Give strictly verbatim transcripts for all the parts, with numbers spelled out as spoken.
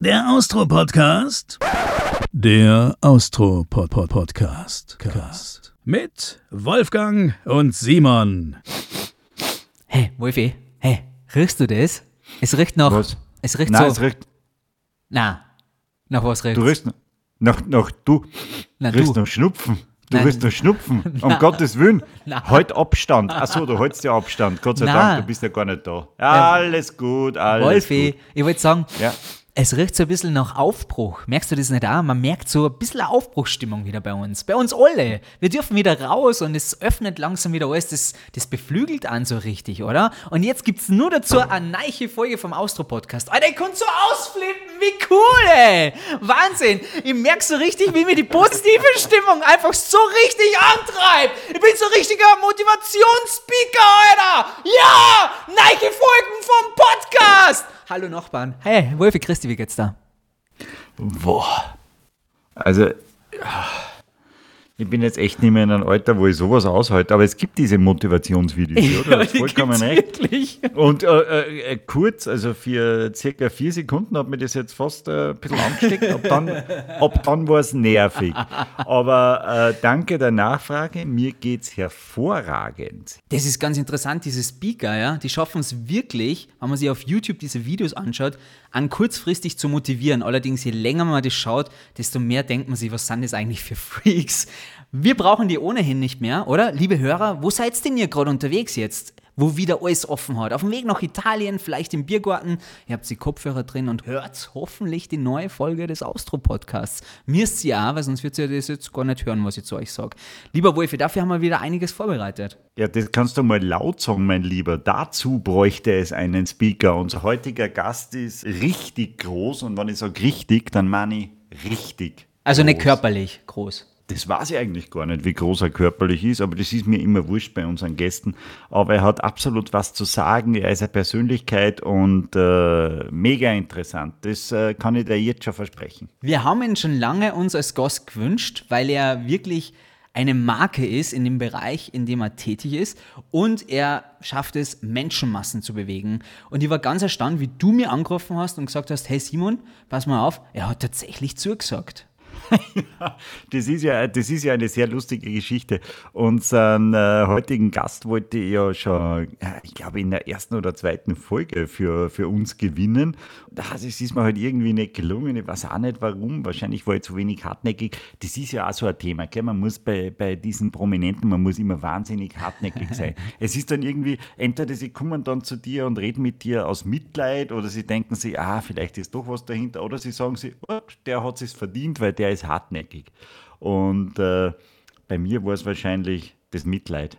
Der Austro-Podcast. Der Austro-Podcast. Mit Wolfgang und Simon. Hey, Wolfi, hey, riechst du das? Es riecht nach... Was? Es riecht Nein, so... es riecht... Na, nach was riecht's? Du riechst nach... nach, nach du Na, riechst du. nach Schnupfen. Du Nein. riechst nach Schnupfen. Um Nein. Gottes Willen. Nein. Halt Abstand. Achso, du hältst ja Abstand. Gott sei Nein. Dank, du bist ja gar nicht da. Alles gut, alles Wolfi, gut. ich wollte sagen, Ja. es riecht so ein bisschen nach Aufbruch. Merkst du das nicht auch? Man merkt so ein bisschen Aufbruchsstimmung wieder bei uns. Bei uns alle. Wir dürfen wieder raus und es öffnet langsam wieder alles. Das, das beflügelt an so richtig, oder? Und jetzt gibt's nur dazu eine neue Folge vom Austro-Podcast. Alter, ich konnte so ausflippen. Wie cool, ey. Wahnsinn. Ich merke so richtig, wie mir die positive Stimmung einfach so richtig antreibt. Ich bin so richtiger Motivationsspeaker, Alter. Ja, neue Folgen vom Podcast. Hallo Nachbarn. Hey, Wolfi, Christi, wie geht's da? Boah. Also, ja, ich bin jetzt echt nicht mehr in einem Alter, wo ich sowas aushalte, aber es gibt diese Motivationsvideos, oder? Du hast vollkommen recht. Wirklich? Und äh, äh, kurz, also für circa vier Sekunden hat mir das jetzt fast äh, ein bisschen angesteckt, ab dann, ab dann war es nervig. Aber äh, danke der Nachfrage, mir geht's hervorragend. Das ist ganz interessant, diese Speaker, ja, die schaffen es wirklich, wenn man sich auf YouTube diese Videos anschaut, an kurzfristig zu motivieren. Allerdings, je länger man das schaut, desto mehr denkt man sich, was sind das eigentlich für Freaks? Wir brauchen die ohnehin nicht mehr, oder? Liebe Hörer, wo seid denn ihr gerade unterwegs jetzt? Wo wieder alles offen hat. Auf dem Weg nach Italien, vielleicht im Biergarten. Ihr habt die Kopfhörer drin und hört hoffentlich die neue Folge des Austro-Podcasts. Müsst ihr auch, weil sonst wird ihr das jetzt gar nicht hören, was ich zu euch sage. Lieber Wolfi, dafür haben wir wieder einiges vorbereitet. Ja, das kannst du mal laut sagen, mein Lieber. Dazu bräuchte es einen Speaker. Unser heutiger Gast ist richtig groß und wenn ich sage richtig, dann meine ich richtig Also nicht groß. körperlich groß. Das weiß ich eigentlich gar nicht, wie groß er körperlich ist, aber das ist mir immer wurscht bei unseren Gästen. Aber er hat absolut was zu sagen, er ist eine Persönlichkeit und äh, mega interessant. Das äh, kann ich dir jetzt schon versprechen. Wir haben ihn schon lange uns als Gast gewünscht, weil er wirklich eine Marke ist in dem Bereich, in dem er tätig ist und er schafft es, Menschenmassen zu bewegen. Und ich war ganz erstaunt, wie du mir angerufen hast und gesagt hast, hey Simon, pass mal auf, er hat tatsächlich zugesagt. Das ist ja, das ist ja eine sehr lustige Geschichte. Unseren äh, heutigen Gast wollte ich ja schon, äh, ich glaube, in der ersten oder zweiten Folge für, für uns gewinnen. Das ist mir halt irgendwie nicht gelungen. Ich weiß auch nicht warum. Wahrscheinlich war ich zu wenig hartnäckig. Das ist ja auch so ein Thema. Gell? Man muss bei, bei diesen Prominenten, man muss immer wahnsinnig hartnäckig sein. Es ist dann irgendwie, entweder sie kommen dann zu dir und reden mit dir aus Mitleid oder sie denken sich, ah, vielleicht ist doch was dahinter. Oder sie sagen sich, oh, der hat es verdient, weil der ist hartnäckig. Und äh, bei mir war es wahrscheinlich das Mitleid.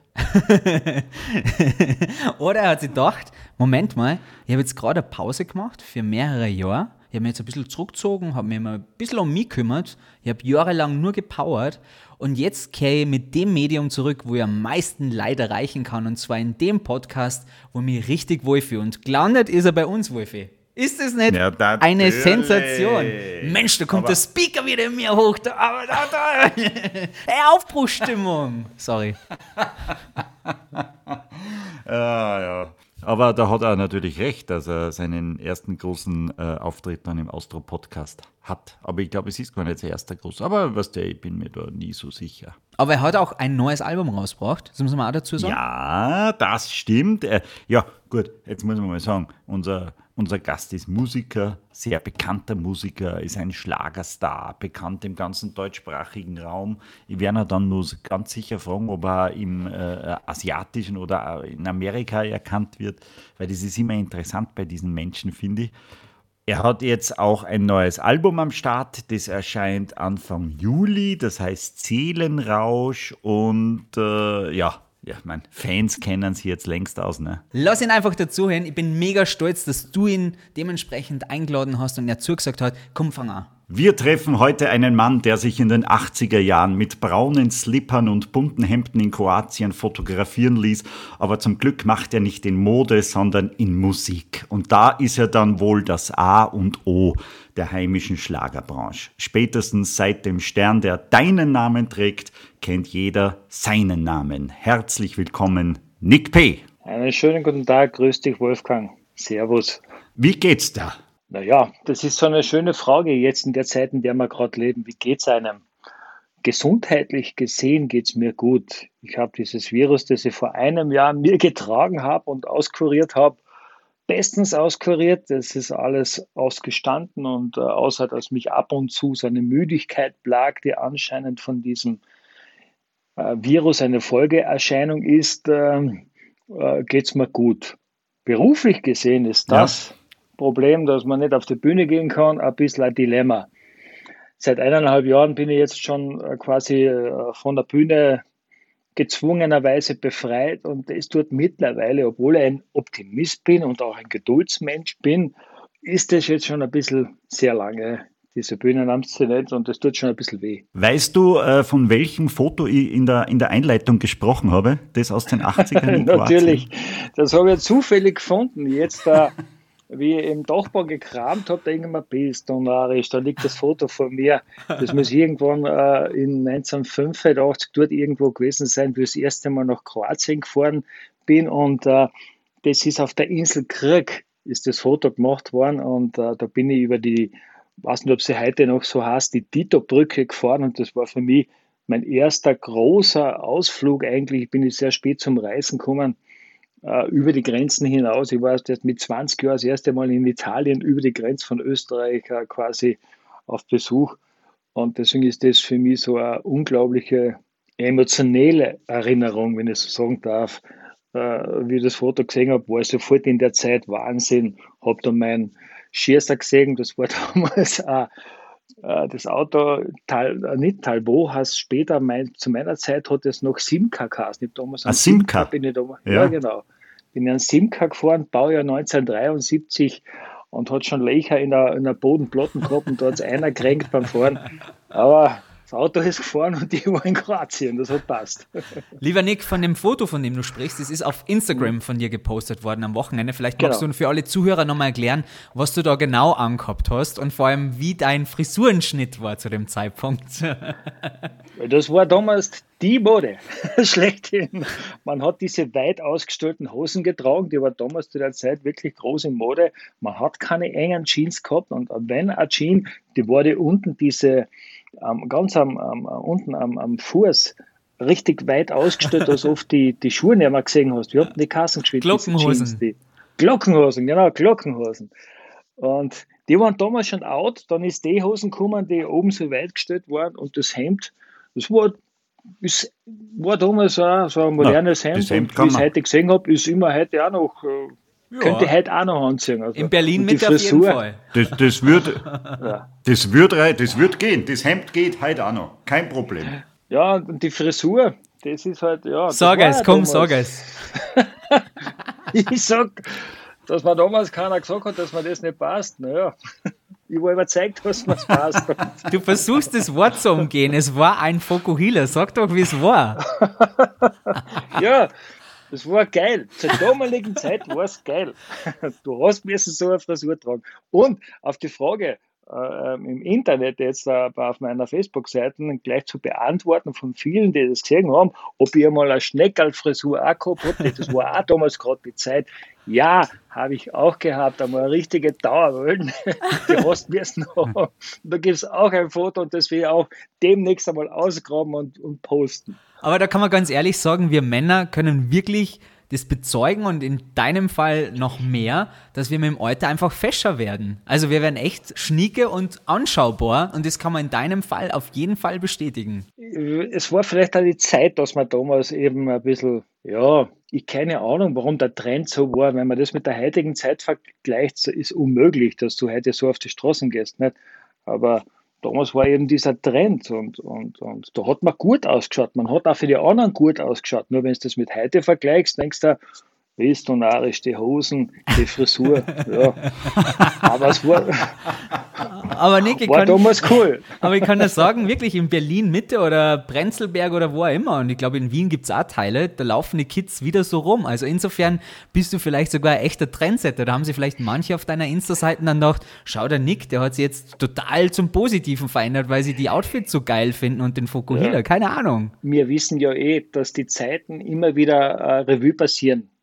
Oder er hat sich gedacht, Moment mal, ich habe jetzt gerade eine Pause gemacht für mehrere Jahre. Ich habe mich jetzt ein bisschen zurückgezogen, habe mich mal ein bisschen um mich gekümmert. Ich habe jahrelang nur gepowert und jetzt kehre ich mit dem Medium zurück, wo ich am meisten Leid erreichen kann und zwar in dem Podcast, wo ich mich richtig wohlfühle. Und gelandet ist er bei uns, Wolfi. Ist das nicht Ja, eine natürlich. Sensation? Mensch, da kommt Aber- der Speaker wieder in mir hoch. Da, aber da, da. Hey, Aufbruchsstimmung. Sorry. Ja, ja. Aber da hat er natürlich recht, dass er seinen ersten großen äh, Auftritt dann im Austro-Podcast hat. Aber ich glaube, es ist gar nicht sein erster groß. Aber was der, ich bin mir da nie so sicher. Aber er hat auch ein neues Album rausgebracht. Das muss man auch dazu sagen. Ja, das stimmt. Äh, ja, gut, jetzt muss man mal sagen, unser, unser Gast ist Musiker, sehr bekannter Musiker, ist ein Schlagerstar, bekannt im ganzen deutschsprachigen Raum. Ich werde ihn dann nur ganz sicher fragen, ob er im äh, asiatischen oder in Amerika erkannt wird, weil das ist immer interessant bei diesen Menschen, finde ich. Er hat jetzt auch ein neues Album am Start, das erscheint Anfang Juli, das heißt Seelenrausch und äh, ja, ja, meine Fans kennen sie jetzt längst aus, ne? Lass ihn einfach dazuhören. Ich bin mega stolz, dass du ihn dementsprechend eingeladen hast und er zugesagt hat, komm, fang an. Wir treffen heute einen Mann, der sich in den achtziger Jahren mit braunen Slippern und bunten Hemden in Kroatien fotografieren ließ, aber zum Glück macht er nicht in Mode, sondern in Musik. Und da ist er dann wohl das A und O der heimischen Schlagerbranche. Spätestens seit dem Stern, der deinen Namen trägt, kennt jeder seinen Namen. Herzlich willkommen, Nick P. Einen schönen guten Tag, grüß dich Wolfgang. Servus. Wie geht's da? Naja, das ist so eine schöne Frage jetzt in der Zeit, in der wir gerade leben. Wie geht's einem? Gesundheitlich gesehen geht's mir gut. Ich habe dieses Virus, das ich vor einem Jahr mir getragen habe und auskuriert habe, bestens auskuriert. Das ist alles ausgestanden und äh, außer dass mich ab und zu so eine Müdigkeit plagt, die anscheinend von diesem äh, Virus eine Folgeerscheinung ist, äh, äh, geht's mir gut. Beruflich gesehen ist das ja. Problem, dass man nicht auf die Bühne gehen kann, ein bisschen ein Dilemma. Seit eineinhalb Jahren bin ich jetzt schon quasi von der Bühne gezwungenerweise befreit und es tut mittlerweile, obwohl ich ein Optimist bin und auch ein Geduldsmensch bin, ist das jetzt schon ein bisschen sehr lange, diese Bühnenamtszeit, und das tut schon ein bisschen weh. Weißt du, äh, von welchem Foto ich in der, in der Einleitung gesprochen habe? Das aus den achtzigern in Kroatien? Natürlich, das habe ich zufällig gefunden. Jetzt da wie ich im Dachbau gekramt habe, da irgendwann bist und da liegt das Foto vor mir. Das muss irgendwann äh, in neunzehnhundertfünfundachtzig dort irgendwo gewesen sein, wie ich das erste Mal nach Kroatien gefahren bin, und äh, das ist auf der Insel Krk, ist das Foto gemacht worden, und äh, da bin ich über die, weiß nicht, ob sie heute noch so heißt, die Tito-Brücke gefahren, und das war für mich mein erster großer Ausflug eigentlich. Ich bin sehr spät zum Reisen gekommen, über die Grenzen hinaus. Ich war erst mit zwanzig Jahren das erste Mal in Italien über die Grenze von Österreich quasi auf Besuch. Und deswegen ist das für mich so eine unglaubliche emotionale Erinnerung, wenn ich so sagen darf. Wie ich das Foto gesehen habe, war ich sofort in der Zeit Wahnsinn. Habe da meinen Schießer gesehen, das war damals auch das Auto, Tal, nicht Talbot, hast später, mein, zu meiner Zeit hat es noch Simca geheißen. Ich damals ein Simca? Bin ich damals, ja. ja, genau. Bin ich an Simca gefahren, Baujahr neunzehnhundertdreiundsiebzig, und hat schon Löcher in der, in der Bodenplatte gehabt, und da hat es einer gekränkt beim Fahren. Aber das Auto ist gefahren und ich war in Kroatien, das hat passt. Lieber Nick, von dem Foto, von dem du sprichst, das ist auf Instagram von dir gepostet worden am Wochenende. Vielleicht magst genau. du für alle Zuhörer nochmal erklären, was du da genau angehabt hast und vor allem, wie dein Frisurenschnitt war zu dem Zeitpunkt. Das war damals die Mode, schlechthin. Man hat diese weit ausgestellten Hosen getragen, die war damals zu der Zeit wirklich groß in Mode. Man hat keine engen Jeans gehabt, und wenn eine Jeans, die wurde unten diese Um, ganz am, am, unten am, am Fuß richtig weit ausgestellt, als oft die, die Schuhe nicht mehr gesehen hast. Wir haben die Kassen gespielt. Glockenhosen. Die Glockenhosen, genau, Glockenhosen. Und die waren damals schon out, dann ist die Hosen gekommen, die oben so weit gestellt waren, und das Hemd, das war, ist, war damals auch so ein modernes Na, Hemd, Hemd, und wie ich es heute gesehen habe, ist immer heute auch noch... Ja. Könnte ich heute auch noch anziehen. Also. In Berlin mit auf jeden Fall. Das, das wird ja. das wird, das wird gehen. Das Hemd geht heute auch noch. Kein Problem. Ja, und die Frisur, das ist halt, ja. Sag es, ja komm, sag es. Ich sag, dass man damals keiner gesagt hat, dass mir das nicht passt. Naja, ich war überzeugt, dass mir es passt. Du versuchst das Wort zu umgehen. Es war ein Fokuhila. Sag doch, wie es war. Ja. Das war geil. Zur damaligen Zeit war es geil. Du hast müssen so eine Frisur tragen. Und auf die Frage äh, im Internet jetzt äh, auf meiner Facebook-Seite gleich zu beantworten von vielen, die das gesehen haben, ob ich mal eine Schneckerl-Frisur auch gehabt habe. Das war auch damals gerade die Zeit. Ja, habe ich auch gehabt, einmal eine richtige Dauerwellen. Die hast du müssen haben. Da gibt es auch ein Foto, und das will ich auch demnächst einmal ausgraben und, und posten. Aber da kann man ganz ehrlich sagen, wir Männer können wirklich das bezeugen, und in deinem Fall noch mehr, dass wir mit dem Alter einfach fescher werden. Also wir werden echt schnieke und anschaubar, und das kann man in deinem Fall auf jeden Fall bestätigen. Es war vielleicht auch die Zeit, dass man damals eben ein bisschen, ja, ich keine Ahnung, warum der Trend so war. Wenn man das mit der heutigen Zeit vergleicht, ist unmöglich, dass du heute so auf die Straßen gehst, nicht? Aber damals war eben dieser Trend, und, und, und da hat man gut ausgeschaut. Man hat auch für die anderen gut ausgeschaut. Nur wenn du das mit heute vergleichst, denkst du, bist du narrisch, die Hosen, die Frisur. Ja. Aber es war, aber Nick, ich war kann, damals cool. Aber ich kann das sagen, wirklich in Berlin Mitte oder Prenzlberg oder wo auch immer, und ich glaube in Wien gibt es auch Teile, da laufen die Kids wieder so rum. Also insofern bist du vielleicht sogar ein echter Trendsetter. Da haben sie vielleicht manche auf deiner Insta-Seite dann gedacht, schau, der Nick, der hat sich jetzt total zum Positiven verändert, weil sie die Outfits so geil finden und den Fokuhila. Ja. Keine Ahnung. Wir wissen ja eh, dass die Zeiten immer wieder äh, Revue passieren.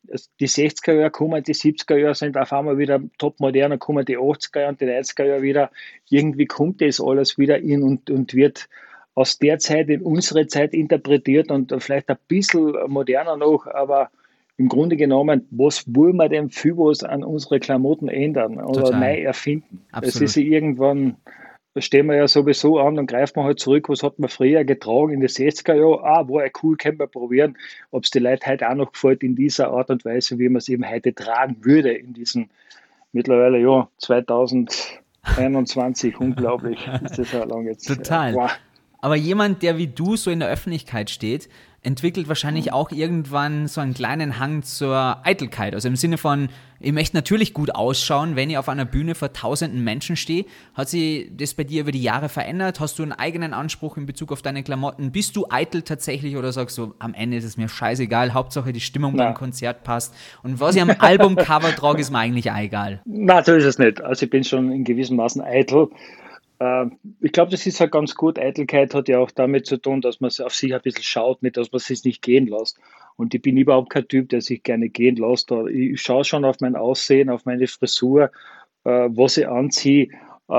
die sechziger Jahre kommen, die siebziger Jahre sind auf einmal wieder top modern, dann kommen die achtziger Jahre und die neunziger Jahre wieder. Irgendwie kommt das alles wieder in und, und wird aus der Zeit in unsere Zeit interpretiert und vielleicht ein bisschen moderner noch, aber im Grunde genommen, was wollen wir denn viel was an unsere Klamotten ändern oder Total. neu erfinden? Absolut. Es ist ja irgendwann, da stehen wir ja sowieso an und greifen wir halt zurück, was hat man früher getragen in den sechziger Jahren, ah, war ja cool, können wir probieren, ob es die Leute heute auch noch gefällt in dieser Art und Weise, wie man es eben heute tragen würde in diesem mittlerweile, ja, zwanzig einundzwanzig, unglaublich, ist das ja lang jetzt. Total. Wow. Aber jemand, der wie du so in der Öffentlichkeit steht, entwickelt wahrscheinlich auch irgendwann so einen kleinen Hang zur Eitelkeit. Also im Sinne von, ich möchte natürlich gut ausschauen, wenn ich auf einer Bühne vor tausenden Menschen stehe. Hat sich das bei dir über die Jahre verändert? Hast du einen eigenen Anspruch in Bezug auf deine Klamotten? Bist du eitel tatsächlich oder sagst du, am Ende ist es mir scheißegal, Hauptsache die Stimmung Nein. beim Konzert passt und was ich am Albumcover trage, ist mir eigentlich auch egal. Nein, so ist es nicht. Also ich bin schon in gewissem Maßen eitel. Ich glaube, das ist halt ganz gut. Eitelkeit hat ja auch damit zu tun, dass man auf sich ein bisschen schaut, nicht, dass man sich nicht gehen lässt. Und ich bin überhaupt kein Typ, der sich gerne gehen lässt. Ich schaue schon auf mein Aussehen, auf meine Frisur, was ich anziehe.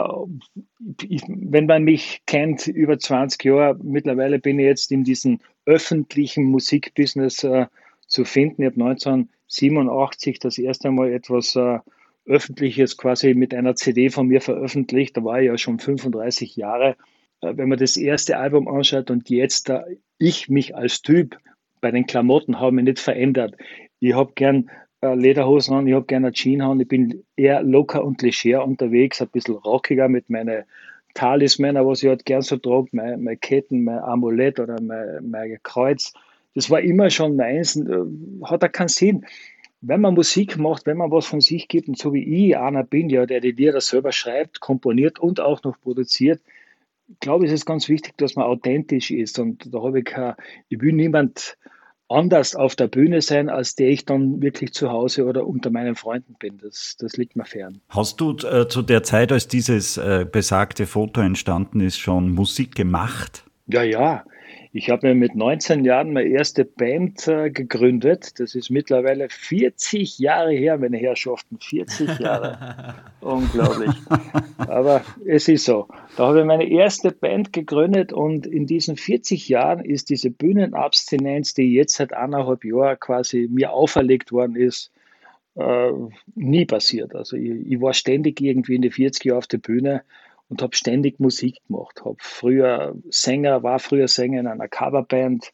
Ich, wenn man mich kennt, über zwanzig Jahre, mittlerweile bin ich jetzt in diesem öffentlichen Musikbusiness äh, zu finden. Ich habe neunzehnhundertsiebenundachtzig das erste Mal etwas äh, Öffentliches quasi mit einer C D von mir veröffentlicht. Da war ich ja schon fünfunddreißig Jahre. Wenn man das erste Album anschaut und jetzt, da ich mich als Typ bei den Klamotten habe mich nicht verändert. Ich habe gern äh, Lederhosen an, ich habe gern eine Jeans an, ich bin eher locker und leger unterwegs, ein bisschen rockiger mit meinen Talismänner, was ich halt gern so trage, meine, meine Ketten, mein Amulett oder mein, mein Kreuz. Das war immer schon meins, äh, hat auch keinen Sinn. Wenn man Musik macht, wenn man was von sich gibt, und so wie ich einer bin, ja, der die Lieder selber schreibt, komponiert und auch noch produziert, glaube ich, ist es ganz wichtig, dass man authentisch ist. Und da habe ich kein, ich will niemand anders auf der Bühne sein, als der ich dann wirklich zu Hause oder unter meinen Freunden bin. Das, das liegt mir fern. Hast du äh, zu der Zeit, als dieses äh, besagte Foto entstanden ist, schon Musik gemacht? Ja, ja. Ich habe mir mit neunzehn Jahren meine erste Band äh, gegründet. Das ist mittlerweile vierzig Jahre her, meine Herrschaften. vierzig Jahre. Unglaublich. Aber es ist so. Da habe ich meine erste Band gegründet und in diesen vierzig Jahren ist diese Bühnenabstinenz, die jetzt seit eineinhalb Jahren quasi mir auferlegt worden ist, äh, nie passiert. Also ich, ich war ständig irgendwie in die vierzig Jahre auf der Bühne und habe ständig Musik gemacht. Hab früher Sänger, war früher Sänger in einer Coverband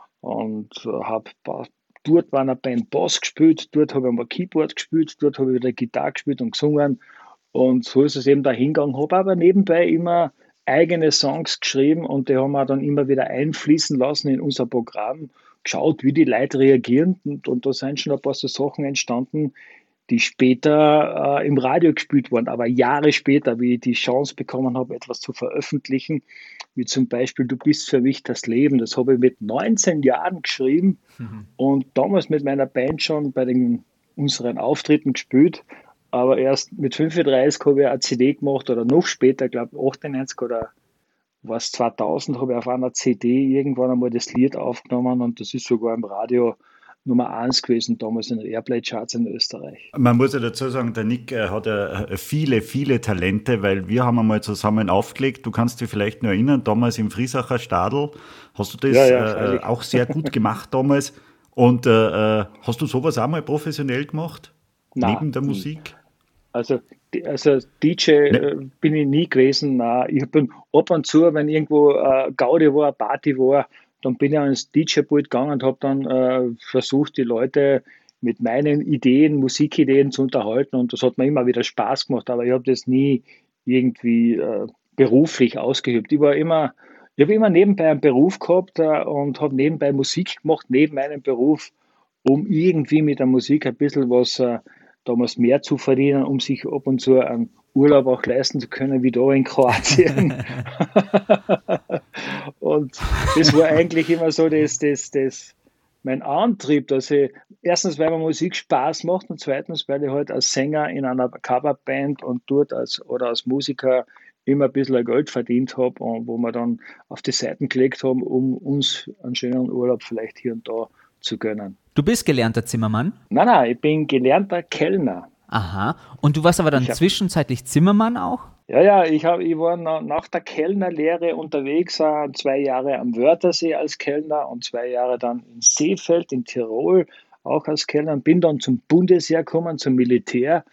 und habe dort bei einer Band Bass gespielt, dort habe ich mal Keyboard gespielt, dort habe ich wieder Gitarre gespielt und gesungen und so ist es eben da hingegangen. Habe aber nebenbei immer eigene Songs geschrieben und die haben wir dann immer wieder einfließen lassen in unser Programm, geschaut, wie die Leute reagieren und, und da sind schon ein paar so Sachen entstanden, die später äh, im Radio gespielt wurden, aber Jahre später, wie ich die Chance bekommen habe, etwas zu veröffentlichen, wie zum Beispiel Du bist für mich das Leben. Das habe ich mit neunzehn Jahren geschrieben mhm. und damals mit meiner Band schon bei den, unseren Auftritten gespielt, aber erst mit fünfunddreißig habe ich eine C D gemacht oder noch später, ich glaube achtundneunzig oder was zweitausend, habe ich auf einer C D irgendwann einmal das Lied aufgenommen und das ist sogar im Radio Nummer eins gewesen, damals in den Airplay-Charts in Österreich. Man muss ja dazu sagen, der Nick äh, hat ja viele, viele Talente, weil wir haben einmal zusammen aufgelegt, du kannst dich vielleicht noch erinnern, damals im Friesacher Stadl, hast du das ja, ja, äh, auch sehr gut gemacht damals und äh, hast du sowas auch mal professionell gemacht? Nein, neben der Musik? Also, also D J ne? äh, bin ich nie gewesen, nein. Ich bin ab und zu, wenn irgendwo äh, Gaudi war, Party war, dann bin ich ans D J-Pult gegangen und habe dann äh, versucht, die Leute mit meinen Ideen, Musikideen zu unterhalten und das hat mir immer wieder Spaß gemacht, aber ich habe das nie irgendwie äh, beruflich ausgeübt. Ich war immer, ich habe immer nebenbei einen Beruf gehabt äh, und habe nebenbei Musik gemacht, neben meinem Beruf, um irgendwie mit der Musik ein bisschen was äh, damals mehr zu verdienen, um sich ab und zu einen Urlaub auch leisten zu können, wie da in Kroatien. Und das war eigentlich immer so das, das, das, mein Antrieb, dass ich, erstens, weil mir Musik Spaß macht und zweitens, weil ich halt als Sänger in einer Coverband und dort als, oder als Musiker immer ein bisschen Geld verdient habe und wo wir dann auf die Seiten gelegt haben, um uns einen schönen Urlaub vielleicht hier und da zu gönnen. Du bist gelernter Zimmermann? Nein, nein, ich bin gelernter Kellner. Aha. Und du warst aber dann Ich hab- zwischenzeitlich Zimmermann auch? Ja, ja, ich, hab, ich war na, nach der Kellnerlehre unterwegs, äh, zwei Jahre am Wörthersee als Kellner und zwei Jahre dann in Seefeld in Tirol auch als Kellner. Bin dann zum Bundesheer gekommen, zum Militär.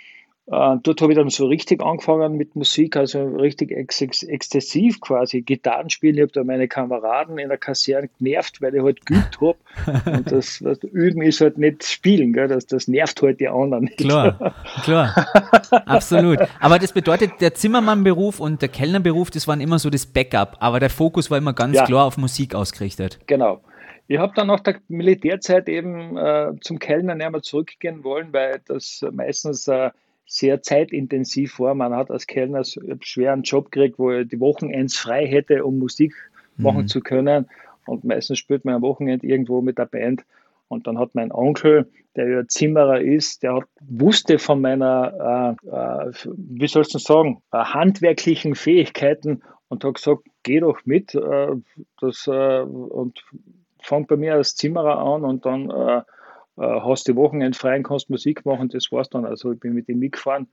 Äh, dort habe ich dann so richtig angefangen mit Musik, also richtig ex ex exzessiv quasi. Gitarren spielen, ich habe da meine Kameraden in der Kaserne genervt, weil ich halt geübt habe. Und das, das Üben ist halt nicht Spielen, gell? Das, das nervt halt die anderen nicht. Klar, klar. Absolut. Aber das bedeutet, der Zimmermannberuf und der Kellnerberuf, das waren immer so das Backup, aber der Fokus war immer ganz Ja. klar auf Musik ausgerichtet. Genau. Ich habe dann nach der Militärzeit eben äh, zum Kellner nicht mehr zurückgehen wollen, weil das meistens äh, sehr zeitintensiv war. Man hat als Kellner so einen schweren Job gekriegt, wo ich die Wochenends frei hätte, um Musik machen zu können. Und meistens spielt man am Wochenende irgendwo mit der Band. Und dann hat mein Onkel, der ja Zimmerer ist, der hat, wusste von meiner, äh, äh, wie sollst du sagen, äh, handwerklichen Fähigkeiten und hat gesagt, geh doch mit äh, das, äh, und fang bei mir als Zimmerer an und dann äh, äh, hast du die Wochenende frei und kannst Musik machen. Das war's dann. Also ich bin mit ihm mitgefahren,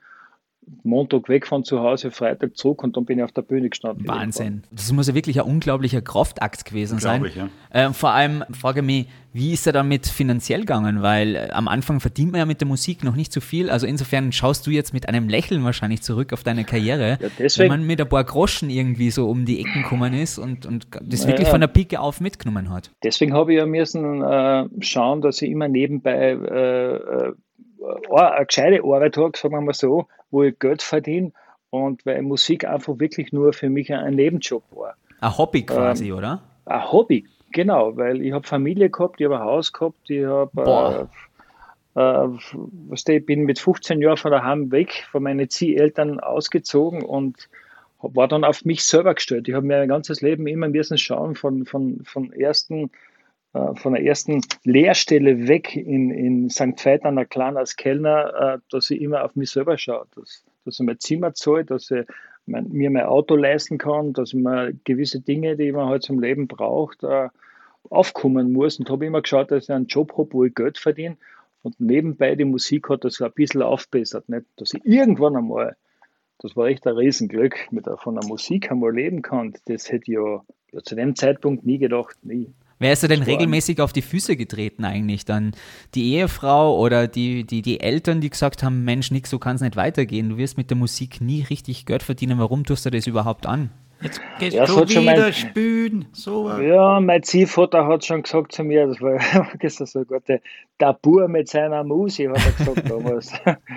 Montag weg von zu Hause, Freitag zurück und dann bin ich auf der Bühne gestanden. Wahnsinn. Das muss ja wirklich ein unglaublicher Kraftakt gewesen sein. Unglaublich, Äh, vor allem frage ich mich, wie ist er damit finanziell gegangen? Weil äh, am Anfang verdient man ja mit der Musik noch nicht so viel. Also insofern schaust du jetzt mit einem Lächeln wahrscheinlich zurück auf deine Karriere, Ja, deswegen- wenn man mit ein paar Groschen irgendwie so um die Ecken gekommen ist und, und das wirklich Ja. von der Pike auf mitgenommen hat. Deswegen habe ich ja müssen äh, schauen, dass ich immer nebenbei äh, äh, eine gescheite Arbeit habe, sagen wir mal so, wo ich Geld verdiene und weil Musik einfach wirklich nur für mich ein Nebenjob war. Ein Hobby quasi, oder? Ein Hobby, genau, weil ich habe Familie gehabt, ich habe ein Haus gehabt, ich habe Boah. äh, äh, was ich bin mit fünfzehn Jahren von daheim weg, von meinen Zieheltern ausgezogen und hab- war dann auf mich selber gestellt. Ich habe mir mein ganzes Leben immer müssen schauen, von, von, von ersten äh, von der ersten Lehrstelle weg in, in Sankt Veit an der Klein als Kellner, äh, dass ich immer auf mich selber schaue, dass, dass ich mein Zimmer zahle, dass ich mein, mir mein Auto leisten kann, dass ich mir gewisse Dinge, die man halt zum Leben braucht, äh, aufkommen muss. Und habe immer geschaut, dass ich einen Job habe, wo ich Geld verdiene und nebenbei die Musik hat das ein bisschen aufbessert. Nicht? Dass ich irgendwann einmal, das war echt ein Riesenglück, mit der, von der Musik einmal leben kann. Das hätte ich ja, ja zu dem Zeitpunkt nie gedacht, nie. Wer ist er denn Das war- regelmäßig auf die Füße getreten eigentlich? Dann die Ehefrau oder die, die, die Eltern, die gesagt haben, Mensch, nix, so kann es nicht weitergehen. Du wirst mit der Musik nie richtig Geld verdienen. Warum tust du das überhaupt an? Jetzt gehst Ja, das du hat schon wieder mein- spülen. So. Ja, mein Ziehvater hat schon gesagt zu mir, das war gestern so gut, der, der Bur mit seiner Musi, hat er gesagt damals.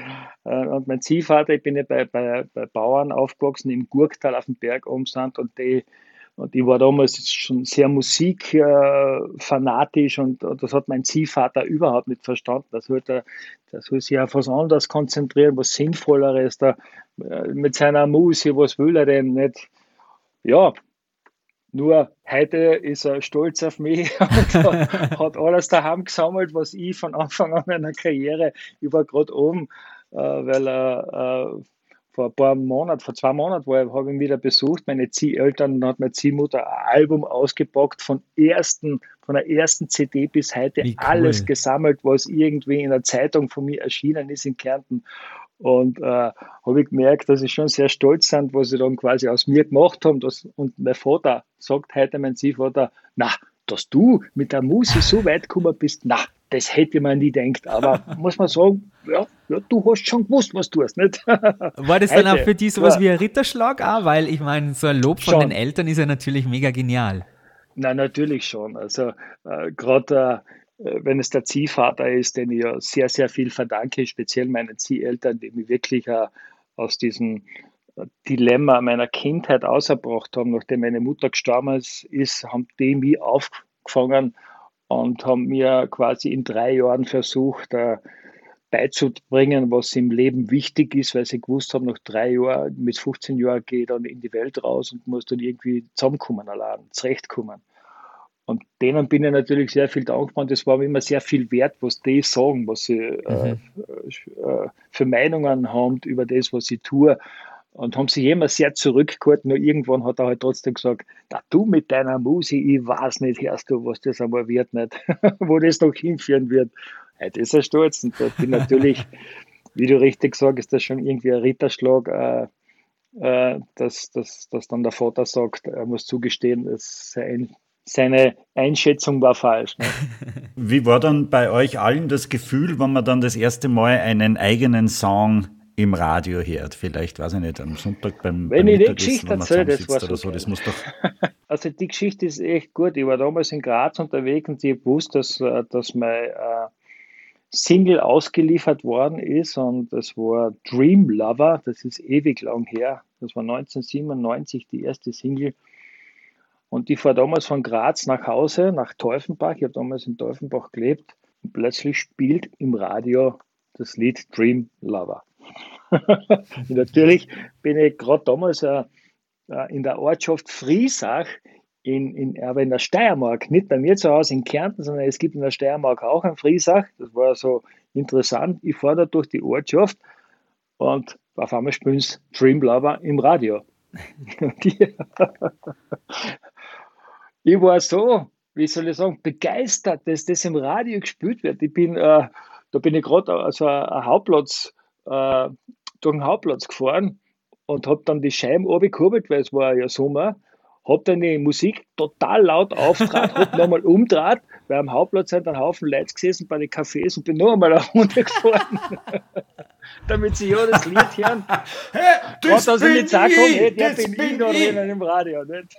Und mein Ziehvater, ich bin ja bei, bei, bei Bauern aufgewachsen, im Gurktal auf dem Berg oben sind und die und ich war damals schon sehr musikfanatisch und, und das hat mein Ziehvater überhaupt nicht verstanden. Das soll, der, der soll sich auf was anderes konzentrieren, was Sinnvolleres. Da, äh, mit seiner Musik, was will er denn nicht? Ja, nur heute ist er stolz auf mich und hat, hat alles daheim gesammelt, was ich von Anfang an meiner Karriere, ich war gerade oben, äh, weil er äh, vor ein paar Monaten, vor zwei Monaten war, habe ich ihn wieder besucht, meine Zieheltern, und hat meine Ziehmutter ein Album ausgepackt von ersten, von der ersten C D bis heute, Wie cool. alles gesammelt, was irgendwie in der Zeitung von mir erschienen ist in Kärnten. Und äh, habe ich gemerkt, dass sie schon sehr stolz sind, was sie dann quasi aus mir gemacht haben. Das, und mein Vater sagt heute, mein Ziehvater, na, dass du mit der Musik so weit gekommen bist, na, das hätte man nie gedacht. Aber muss man sagen, ja, ja, du hast schon gewusst, was du tust, nicht? War das dann Heute, auch für die sowas ja. wie ein Ritterschlag? Auch? Weil ich meine, so ein Lob von Schon. den Eltern ist ja natürlich mega genial. Nein, natürlich schon. Also äh, gerade äh, wenn es der Ziehvater ist, den ich ja sehr, sehr viel verdanke, speziell meinen Zieheltern, die mich wirklich äh, aus diesem äh, Dilemma meiner Kindheit ausgebracht haben, nachdem meine Mutter gestorben ist, ist, haben die mich aufgefangen und haben mir quasi in drei Jahren versucht, äh, beizubringen, was im Leben wichtig ist, weil sie gewusst haben, nach drei Jahren, mit fünfzehn Jahren gehe ich dann in die Welt raus und muss dann irgendwie zusammenkommen allein, zurechtkommen. Und denen bin ich natürlich sehr viel dankbar und das war mir immer sehr viel wert, was die sagen, was sie äh, äh, für Meinungen haben über das, was ich tue. und haben sich immer sehr zurückgehalten. Nur irgendwann hat er halt trotzdem gesagt, na, du mit deiner Musik, ich weiß nicht, hörst du, was das einmal wird, nicht, wo das noch hinführen wird. Heute ist er stolz und da bin natürlich, wie du richtig sagst, ist das schon irgendwie ein Ritterschlag, äh, äh, dass, dass, dass dann der Vater sagt, er muss zugestehen, dass sein, seine Einschätzung war falsch. Ne? Wie war dann bei euch allen das Gefühl, wenn man dann das erste Mal einen eigenen Song im Radio hört? Vielleicht, weiß ich nicht, am Sonntag beim, Wenn beim ich die Mittagessen, Geschichte wenn man erzähle, das zusammensitzt war oder so so, das muss doch... Also die Geschichte ist echt gut. Ich war damals in Graz unterwegs und ich wusste, dass, dass mein äh, Single ausgeliefert worden ist und das war Dream Lover, das ist ewig lang her. Das war neunzehnhundertsiebenundneunzig die erste Single. Und ich fahre damals von Graz nach Hause, nach Teufenbach. Ich habe damals in Teufenbach gelebt und plötzlich spielt im Radio das Lied Dream Lover. Und natürlich bin ich gerade damals äh, in der Ortschaft Friesach in, in, aber in der Steiermark, nicht bei mir zu Hause in Kärnten, sondern es gibt in der Steiermark auch einen Friesach. Das war so interessant. Ich fahre da durch die Ortschaft und auf einmal spielen sie Dream Lover im Radio. Ich war so, wie soll ich sagen, begeistert, dass das im Radio gespielt wird. Ich bin, äh, da bin ich gerade also einen Hauptplatz, äh, durch den Hauptplatz gefahren und habe dann die Scheiben runtergekurbelt, weil es war ja Sommer, habe dann die Musik total laut aufgetragen, habe nochmal umgedreht, weil am Hauptplatz sind ein Haufen Leute gesessen bei den Cafés und bin noch einmal runtergefahren, damit sie ja das Lied hören. Hey, das dass ich nicht sagen kann, hey, der das bin bin ich da ich. drinnen im Radio. Nicht?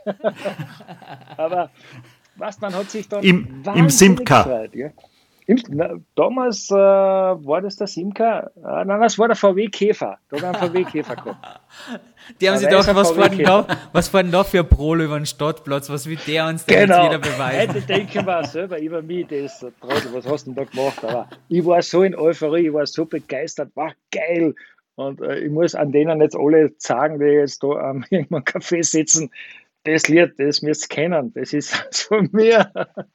Aber was, man hat sich dann Im- im wahnsinnig Simca. gefreut. Ja? Im, na, damals äh, war das der Simca, äh, nein, das war der V W Käfer. Da haben wir einen V W Käfer gehabt. Die haben Aber sich er ist gedacht, ein was V W fahren, denn Käfer. da, was fahren da für ein Prol über den Stadtplatz? Was will der uns denn Genau. jetzt wieder beweisen? Heute denken wir auch selber über mich, das Trottel, was hast du denn da gemacht? Aber ich war so in Euphorie, ich war so begeistert, war geil. Und äh, ich muss an denen jetzt alle sagen, die jetzt da am ähm, irgendeinem Café sitzen, das Lied, das müsst ihr kennen, das ist von mir.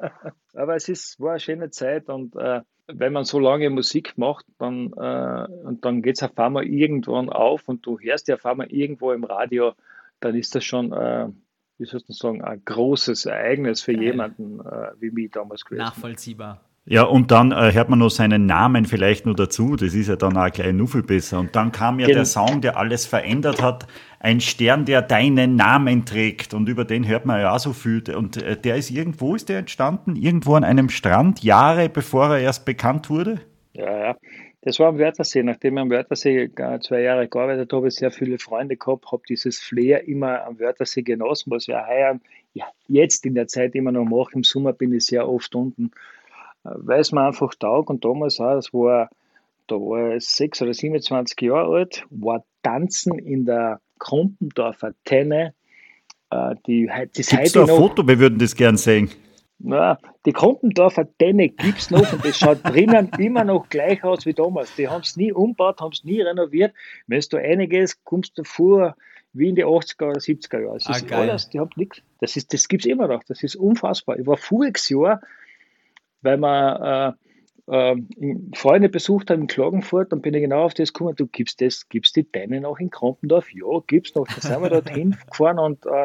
Aber es ist, war eine schöne Zeit und äh, wenn man so lange Musik macht, dann, äh, und dann geht es auf einmal irgendwann auf und du hörst ja auf einmal irgendwo im Radio, dann ist das schon, äh, wie soll ich sagen, ein großes Ereignis für Geil. jemanden äh, wie mich damals gewesen. Nachvollziehbar. Ja, und dann äh, hört man noch seinen Namen vielleicht noch dazu, das ist ja dann auch gleich noch viel besser. Und dann kam ja Gen- der Song, der alles verändert hat, ein Stern, der deinen Namen trägt und über den hört man ja auch so viel. Und äh, der ist irgendwo, ist der entstanden? Irgendwo an einem Strand, Jahre bevor er erst bekannt wurde? Ja, ja. Das war am Wörthersee. Nachdem ich am Wörthersee äh, zwei Jahre gearbeitet habe, sehr viele Freunde gehabt, habe dieses Flair immer am Wörthersee genossen, was wir heuer, ja, jetzt in der Zeit immer noch mache. Im Sommer bin ich sehr oft unten, äh, weil es mir einfach taugt. Und damals auch, das war, da war ich sechs oder siebenundzwanzig Jahre alt, war Tanzen in der Krumpendorfer Tenne. Äh, die, das Gibt es heute da ein noch. Foto? Wir würden das gern sehen. Ja, die Krumpendorfer Tenne gibt es noch und das schaut drinnen immer noch gleich aus wie damals. Die haben es nie umgebaut, haben es nie renoviert. Wenn du einiges kommst du vor wie in die achtziger oder siebziger Jahre. Das Ah, ist geil. alles, die haben nichts. Das, ist, das gibt es immer noch. Das ist unfassbar. Ich war voriges Jahr, weil wir äh, äh, Freunde besucht haben in Klagenfurt, dann bin ich genau auf das gekommen, du gibst das, gibst die Tenne noch in Krumpendorf? Ja, gibt's noch. Dann sind wir dorthin gefahren und äh,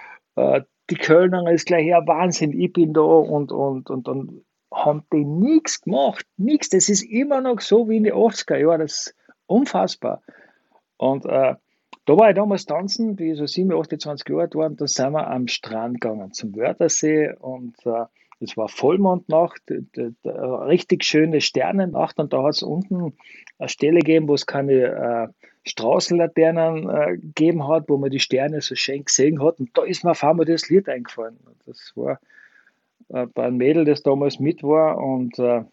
äh, die Kölner ist gleich, ja Wahnsinn, ich bin da und, und, und dann haben die nichts gemacht, nichts. Das ist immer noch so wie in die achtziger Jahre, das ist unfassbar. Und äh, da war ich damals tanzen, wie ich so sieben, achtundzwanzig Jahre alt war, und da sind wir am Strand gegangen, zum Wörthersee und äh, es war Vollmondnacht, d- d- d- richtig schöne Sternennacht und da hat es unten eine Stelle gegeben, wo es keine äh, Straßenlaternen äh, gegeben hat, wo man die Sterne so schön gesehen hat und da ist mir auf einmal das Lied eingefallen. Das war äh, bei einem Mädel, das damals mit war und äh,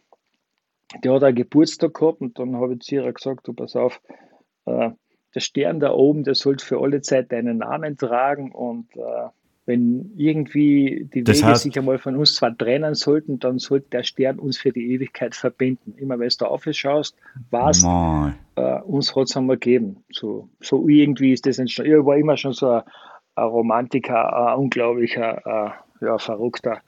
die hat einen Geburtstag gehabt und dann habe ich zu ihr gesagt, du pass auf, äh, der Stern da oben, der sollte für alle Zeit deinen Namen tragen und äh, wenn irgendwie die Das Wege heißt- sich einmal von uns zwar trennen sollten, dann sollte der Stern uns für die Ewigkeit verbinden. Immer wenn du da aufschaust, weißt, Mei. äh, uns hat es einmal gegeben. So, so irgendwie ist das entstanden. Ich war immer schon so ein, ein Romantiker, ein unglaublicher, äh, ja, Verrückter.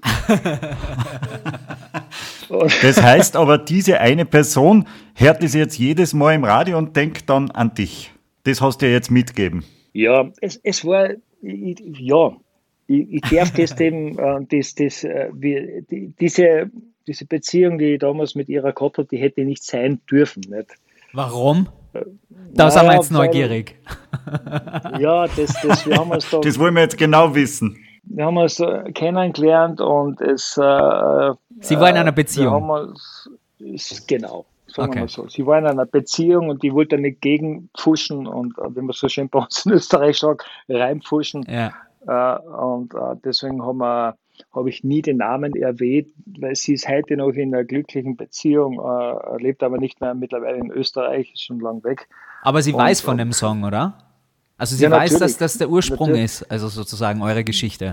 Und, Das heißt aber, diese eine Person hört das jetzt jedes Mal im Radio und denkt dann an dich. Das hast du ja jetzt mitgegeben. Ja, es, es war, ich, ja, ich, ich darf das dem, äh, das, das, äh, wie, die, diese, diese Beziehung, die ich damals mit ihrer gehabt habe, die hätte nicht sein dürfen. Nicht? Warum? Da sind wir jetzt neugierig. Weil, ja, das, das, wir haben uns da, das wollen wir jetzt genau wissen. Wir haben uns äh, kennengelernt und es. Äh, Sie war in einer Beziehung. Wir haben uns, ist, genau, sagen Okay. wir mal so. Sie war in einer Beziehung und die wollte nicht gegenpfuschen und, äh, wie man so schön bei uns in Österreich sagt, reinpfuschen. Ja. Äh, und äh, deswegen haben wir, habe ich nie den Namen erwähnt, weil sie ist heute noch in einer glücklichen Beziehung, äh, lebt aber nicht mehr mittlerweile in Österreich, ist schon lang weg. Aber sie Und, weiß von äh, dem Song, oder? Also sie Ja, weiß, dass natürlich. das der Ursprung Natürlich. ist, also sozusagen eure Geschichte.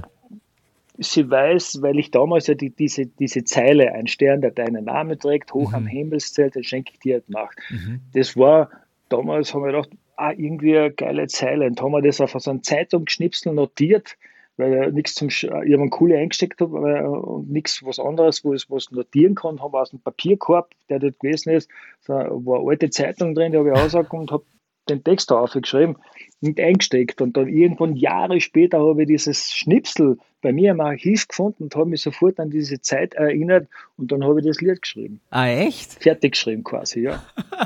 Sie weiß, weil ich damals ja die, diese, diese Zeile, ein Stern, der deinen Namen trägt, hoch am Himmelszelt, den schenke ich dir heute Nacht. Das war, damals haben wir gedacht, ah, irgendwie eine geile Zeile. Und haben wir das auf so einen Zeitungsschnipsel notiert, weil ich nichts zum, Sch- ich habe einen Kohle eingesteckt habe weil, und nichts was anderes, wo ich was notieren kann, haben wir aus dem Papierkorb, der dort gewesen ist, so, war eine alte Zeitung drin, die habe ich ausgegangen und habe den Text da aufgeschrieben und eingesteckt. Und dann irgendwann Jahre später habe ich dieses Schnipsel bei mir im Archiv gefunden und habe mich sofort an diese Zeit erinnert und dann habe ich das Lied geschrieben. Ah, echt? Fertig geschrieben quasi, ja.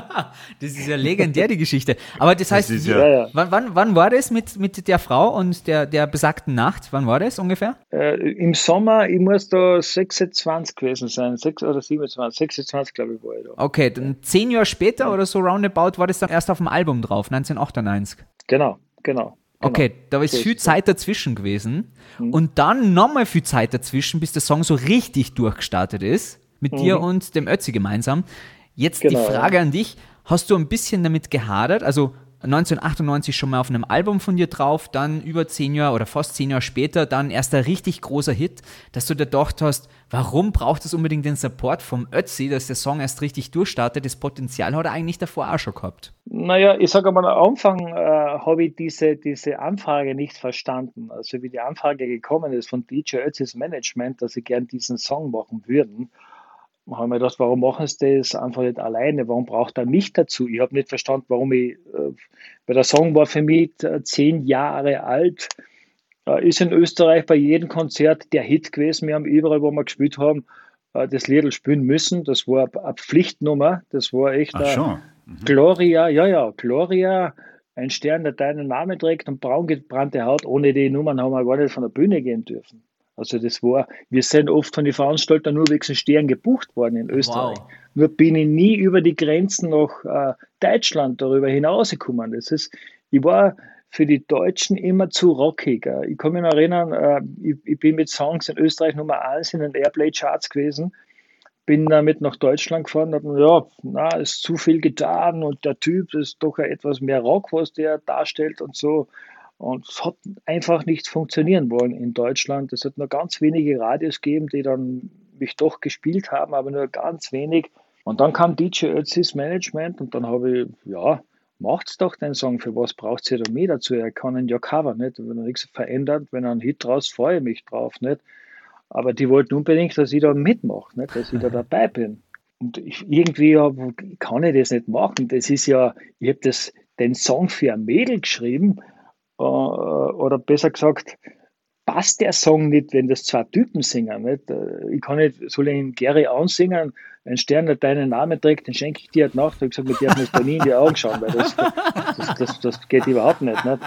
Das ist ja legendär, die Geschichte. Aber das heißt, ist wie- ja- Ja, ja. Wann, wann, wann war das mit, mit der Frau und der, der besagten Nacht? Wann war das ungefähr? Äh, Im Sommer, ich muss da sechsundzwanzig gewesen sein, sechs oder siebenundzwanzig, sechsundzwanzig glaube ich war ich da. Okay, dann zehn Jahre später oder so roundabout war das dann erst auf dem Album drauf, neunzehnhundertachtundneunzig. Genau, genau. genau. Okay, da ist So viel ist es. Zeit dazwischen gewesen und dann nochmal viel Zeit dazwischen, bis der Song so richtig durchgestartet ist, mit dir und dem Ötzi gemeinsam. Jetzt Genau, die Frage an dich, hast du ein bisschen damit gehadert, also neunzehnhundertachtundneunzig schon mal auf einem Album von dir drauf, dann über zehn Jahre oder fast zehn Jahre später dann erst ein richtig großer Hit, dass du dir gedacht hast, warum braucht es unbedingt den Support vom Ötzi, dass der Song erst richtig durchstartet? Das Potenzial hat er eigentlich davor auch schon gehabt. Naja, ich sage mal, am Anfang äh, habe ich diese, diese Anfrage nicht verstanden. Also wie die Anfrage gekommen ist von D J Ötzis Management, dass sie gern diesen Song machen würden, haben wir gedacht, warum machen sie das einfach nicht alleine? Warum braucht er mich dazu? Ich habe nicht verstanden, warum ich, äh, weil der Song war für mich äh, zehn Jahre alt, äh, ist in Österreich bei jedem Konzert der Hit gewesen. Wir haben überall, wo wir gespielt haben, äh, das Lied spielen müssen. Das war eine Pflichtnummer. Das war echt Ach äh, schon. Gloria, ja, ja, Gloria, ein Stern, der deinen Namen trägt und braun gebrannte Haut. Ohne die Nummern haben wir gar nicht von der Bühne gehen dürfen. Also das war, wir sind oft von den Veranstaltern nur wegen Stern gebucht worden in Österreich. Wow. Nur bin ich nie über die Grenzen nach äh, Deutschland darüber hinausgekommen. Das ist, ich war für die Deutschen immer zu rockig. Äh. Ich kann mich noch erinnern, äh, ich, ich bin mit Songs in Österreich Nummer eins in den Airplay-Charts gewesen, bin damit nach Deutschland gefahren und habe ja, na, ist zu viel getan und der Typ das ist doch etwas mehr Rock, was der darstellt und so. Und es hat einfach nicht funktionieren wollen in Deutschland. Es hat nur ganz wenige Radios gegeben, die dann mich doch gespielt haben, aber nur ganz wenig. Und dann kam D J Ötzis Management und dann habe ich, ja, macht's doch den Song, für was braucht ihr da mehr dazu? Er kann ihn ja covern, nicht? Wenn er nichts verändert, wenn er einen Hit draus, freue ich mich drauf, nicht? Aber die wollten unbedingt, dass ich da mitmache, nicht? Dass ich da dabei bin. Und ich, irgendwie ja, kann ich das nicht machen. Das ist ja, ich habe das, den Song für ein Mädel geschrieben, äh, oder besser gesagt, passt der Song nicht, wenn das zwei Typen singen. Nicht? Ich kann nicht, soll ich ihn Gary ansingen, ein Stern, der deinen Namen trägt, den schenke ich dir heute Nacht. Ich habe gesagt, wir dürfen uns da nie in die Augen schauen, weil das, das, das, das geht überhaupt nicht. nicht?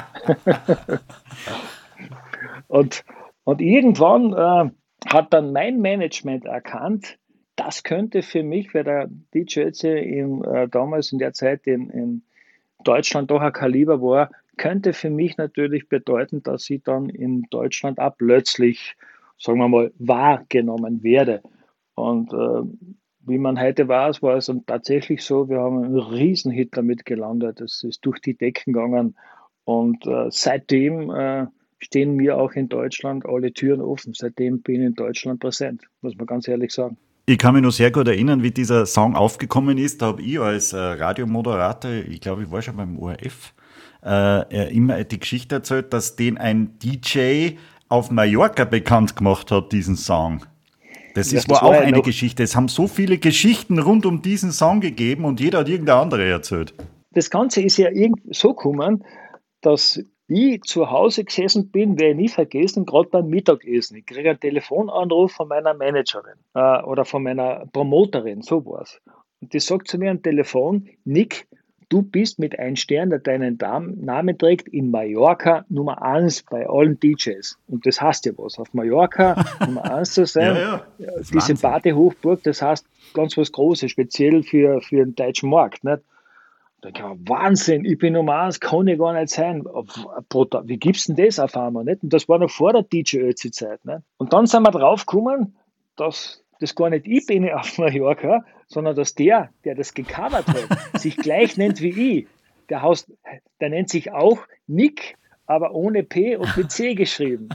und, und irgendwann äh, hat dann mein Management erkannt, das könnte für mich, weil der D J Ötzi äh, damals in der Zeit in, in Deutschland doch ein Kaliber war, könnte für mich natürlich bedeuten, dass ich dann in Deutschland auch plötzlich, sagen wir mal, wahrgenommen werde. Und äh, wie man heute weiß, war es dann tatsächlich so, wir haben einen Riesenhit damit gelandet. Es ist durch die Decken gegangen. Und äh, seitdem äh, stehen mir auch in Deutschland alle Türen offen. Seitdem bin ich in Deutschland präsent, muss man ganz ehrlich sagen. Ich kann mich noch sehr gut erinnern, wie dieser Song aufgekommen ist. Da habe ich als äh, Radiomoderator, ich glaube, ich war schon beim O R F, äh, immer die Geschichte erzählt, dass den ein D J auf Mallorca bekannt gemacht hat, diesen Song. Das Ja, ist, das war auch war ja eine noch- Geschichte. Es haben so viele Geschichten rund um diesen Song gegeben und jeder hat irgendeine andere erzählt. das Ganze ist ja irgendwie so gekommen, dass ich zu Hause gesessen bin, werde ich nie vergessen, gerade beim Mittagessen. Ich kriege einen Telefonanruf von meiner Managerin äh, oder von meiner Promoterin, so war's. Und die sagt zu mir am Telefon, Nick, du bist mit einem Stern, der deinen Namen trägt, in Mallorca Nummer eins bei allen D Js. Und das heißt ja was. Auf Mallorca Nummer eins zu sein, ja, ja. diese Partyhochburg, das heißt ganz was Großes, speziell für, für den deutschen Markt. Nicht? Da denke ich mir, Wahnsinn, ich bin Nummer eins, kann ich gar nicht sein. Wie gibt's denn das auf einmal? Nicht? Und das war noch vor der D J-Ötzi-Zeit. Und dann sind wir draufgekommen, dass das gar nicht ich bin auf Mallorca, sondern dass der, der das gecovert hat, sich gleich nennt wie ich. Der, Haus, der nennt sich auch Nick, aber ohne P und mit C geschrieben.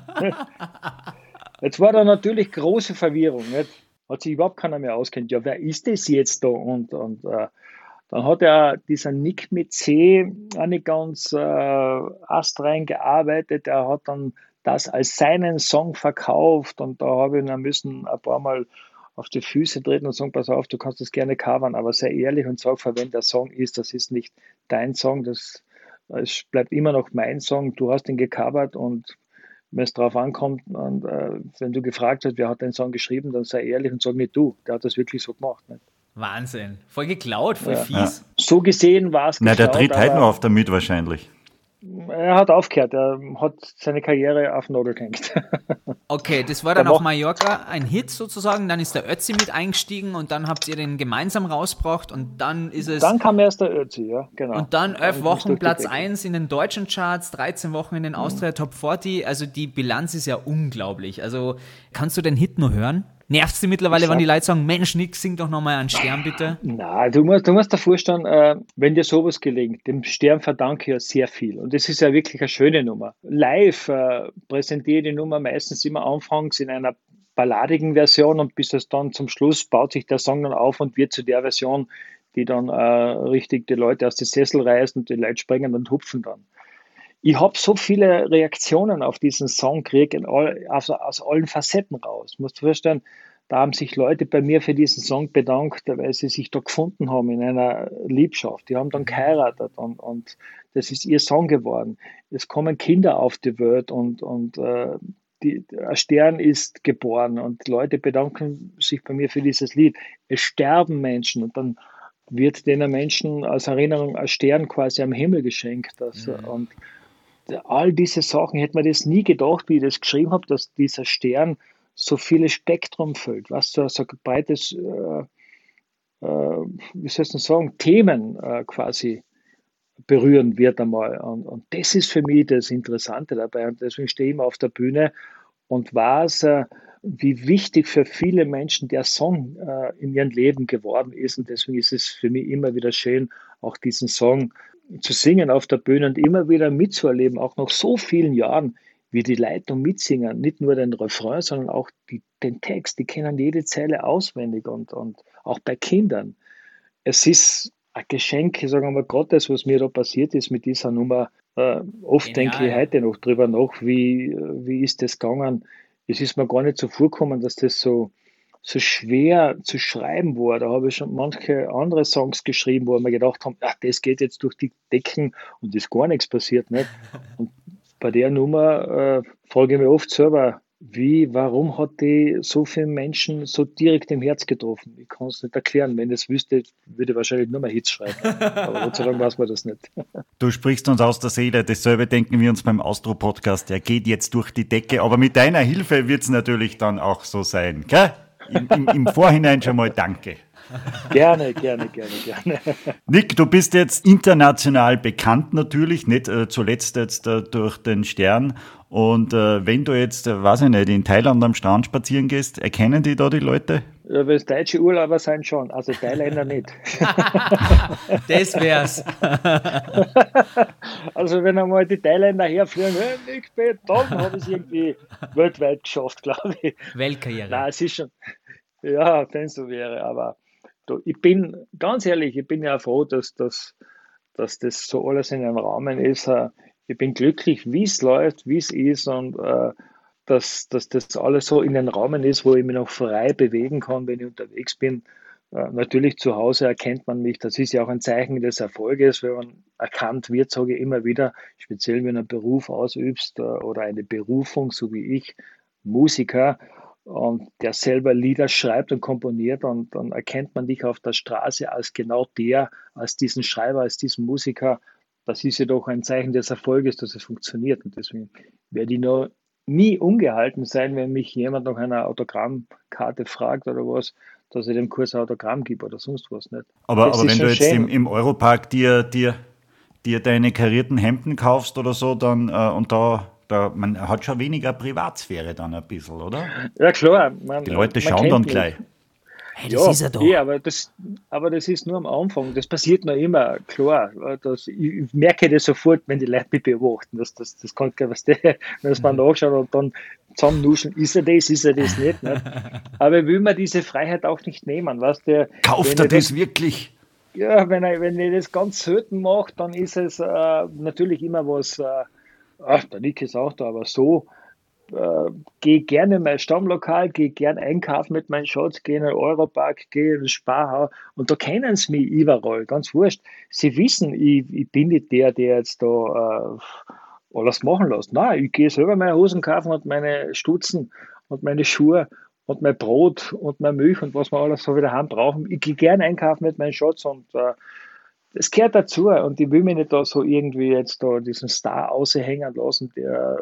Jetzt war da natürlich große Verwirrung. Nicht? Hat sich überhaupt keiner mehr auskennt. Ja, wer ist das jetzt da? Und, und äh, dann hat er dieser Nick mit C auch nicht ganz äh, astrein gearbeitet. Er hat dann das als seinen Song verkauft und da habe ich dann müssen ein paar Mal auf die Füße treten und sagen, pass auf, du kannst das gerne covern, aber sei ehrlich und sag, für wen der Song ist, das ist nicht dein Song, das es bleibt immer noch mein Song, du hast ihn gecovert und wenn es darauf ankommt und äh, wenn du gefragt hast, wer hat den Song geschrieben, dann sei ehrlich und sag nicht du, der hat das wirklich so gemacht. Nicht? Wahnsinn, voll geklaut, voll ja. fies. Ja. So gesehen war es geklaut. Na, der tritt heute noch auf damit wahrscheinlich. Er hat aufgehört, er hat seine Karriere auf den Nagel gehängt. Okay, das war dann auf Mallorca ein Hit sozusagen, dann ist der Ötzi mit eingestiegen und dann habt ihr den gemeinsam rausgebracht und dann ist es... Dann kam erst der Ötzi, ja, genau. Und dann elf Wochen Platz eins in den deutschen Charts, dreizehn Wochen in den Austria Top vierzig, also die Bilanz ist ja unglaublich. Also kannst du den Hit nur hören? Nervt sie mittlerweile, wenn die Leute sagen, Mensch, Nick, sing doch nochmal einen Stern, bitte? Nein, du musst, du musst dir vorstellen, äh, wenn dir sowas gelingt, dem Stern verdanke ich ja sehr viel. Und das ist ja wirklich eine schöne Nummer. Live äh, präsentiere ich die Nummer meistens immer anfangs in einer balladigen Version und bis es dann zum Schluss baut sich der Song dann auf und wird zu der Version, die dann äh, richtig die Leute aus den Sessel reißt und die Leute springen und hupfen dann. Ich habe so viele Reaktionen auf diesen Song gekriegt, aus, aus allen Facetten raus. Du musst dir vorstellen, da haben sich Leute bei mir für diesen Song bedankt, weil sie sich da gefunden haben in einer Liebschaft. Die haben dann geheiratet und, und das ist ihr Song geworden. Es kommen Kinder auf die Welt und, und äh, die, ein Stern ist geboren und Leute bedanken sich bei mir für dieses Lied. Es sterben Menschen und dann wird den Menschen als Erinnerung ein Stern quasi am Himmel geschenkt. Das, mhm. Und all diese Sachen, hätte man das nie gedacht, wie ich das geschrieben habe, dass dieser Stern so vieles Spektrum füllt, was so, so ein breites, äh, äh, wie soll ich sagen, Themen äh, quasi berühren wird einmal. Und, und das ist für mich das Interessante dabei. Und deswegen stehe ich immer auf der Bühne und weiß, äh, wie wichtig für viele Menschen der Song äh, in ihrem Leben geworden ist. Und deswegen ist es für mich immer wieder schön, auch diesen Song zu singen auf der Bühne und immer wieder mitzuerleben, auch nach so vielen Jahren, wie die Leute mitsingen, nicht nur den Refrain, sondern auch die, den Text, die kennen jede Zeile auswendig und, und auch bei Kindern. Es ist ein Geschenk, sagen wir mal, Gottes, was mir da passiert ist mit dieser Nummer. Äh, oft Genial. Denke ich heute noch drüber nach, wie, wie ist das gegangen. Es ist mir gar nicht so vorgekommen, dass das so so schwer zu schreiben war. Da habe ich schon manche andere Songs geschrieben, wo wir gedacht haben, ach, das geht jetzt durch die Decken und ist gar nichts passiert. Nicht? Und bei der Nummer äh, frage ich mich oft selber, wie, warum hat die so viele Menschen so direkt im Herz getroffen? Ich kann es nicht erklären. Wenn ich es wüsste, würde ich wahrscheinlich nur mehr Hits schreiben. Aber Gott sei Dank weiß man das nicht. Du sprichst uns aus der Seele. Dasselbe denken wir uns beim Austro-Podcast. Der geht jetzt durch die Decke. Aber mit deiner Hilfe wird es natürlich dann auch so sein. Gell? Im, im, Im Vorhinein schon mal danke. Gerne, gerne, gerne, gerne. Nick, du bist jetzt international bekannt natürlich, nicht äh, zuletzt jetzt äh, durch den Stern. Und äh, wenn du jetzt, äh, weiß ich nicht, in Thailand am Strand spazieren gehst, erkennen die da die Leute? Ja, wenn es deutsche Urlauber sein schon, also Thailänder nicht. Das wär's. Also wenn einmal die Thailänder herfliegen, hey, Nick, dann habe ich es irgendwie weltweit geschafft, glaube ich. Weltkarriere. Nein, es ist schon, ja, wenn es so wäre, aber du, ich bin, ganz ehrlich, ich bin ja froh, dass, dass, dass das so alles in einem Rahmen ist. Ich bin glücklich, wie es läuft, wie es ist und äh, dass, dass das alles so in einem Rahmen ist, wo ich mich noch frei bewegen kann, wenn ich unterwegs bin. Äh, natürlich zu Hause erkennt man mich, das ist ja auch ein Zeichen des Erfolges, wenn man erkannt wird, sage ich immer wieder, speziell wenn du einen Beruf ausübst äh, oder eine Berufung, so wie ich, Musiker, und der selber Lieder schreibt und komponiert, und dann erkennt man dich auf der Straße als genau der, als diesen Schreiber, als diesen Musiker. Das ist ja doch ein Zeichen des Erfolges, dass es funktioniert, und deswegen werde ich noch nie ungehalten sein, wenn mich jemand nach einer Autogrammkarte fragt oder was, dass ich dem kurz ein Autogramm gebe oder sonst was nicht. Aber, Das aber ist wenn schon du jetzt schön. im, im Europark dir, dir, dir deine karierten Hemden kaufst oder so, dann äh, und da, da, man hat schon weniger Privatsphäre dann ein bisschen, oder? Ja klar, man, Die Leute man schauen kennt dann mich. gleich. Hey, das Ja, ist er doch. eh, aber das, aber das ist nur am Anfang. Das passiert noch immer, klar. Das, ich, ich merke das sofort, wenn die Leute mich beobachten. Das, das, das kann kein, was der, wenn es mal nachschaut und dann zusammennuscheln, ist er das, ist er das nicht, nicht. Aber ich will mir diese Freiheit auch nicht nehmen. Weißt du, Kauft wenn er ich das wirklich? ja, wenn ich, wenn ich das ganz selten mache, dann ist es äh, natürlich immer was, äh, ach, der Nick ist auch da, aber so, äh, gehe gerne in mein Stammlokal, gehe gerne einkaufen mit meinen Schatz, gehe in den Europark, gehe in den Sparhaus, und da kennen sie mich überall, ganz wurscht. Sie wissen, ich, ich bin nicht der, der jetzt da äh, alles machen lässt. Nein, ich gehe selber meine Hosen kaufen und meine Stutzen und meine Schuhe und mein Brot und meine Milch und was wir alles so wieder haben brauchen. Ich gehe gerne einkaufen mit meinem Schatz, und äh, das gehört dazu, und ich will mich nicht da so irgendwie jetzt da diesen Star aushängen lassen, der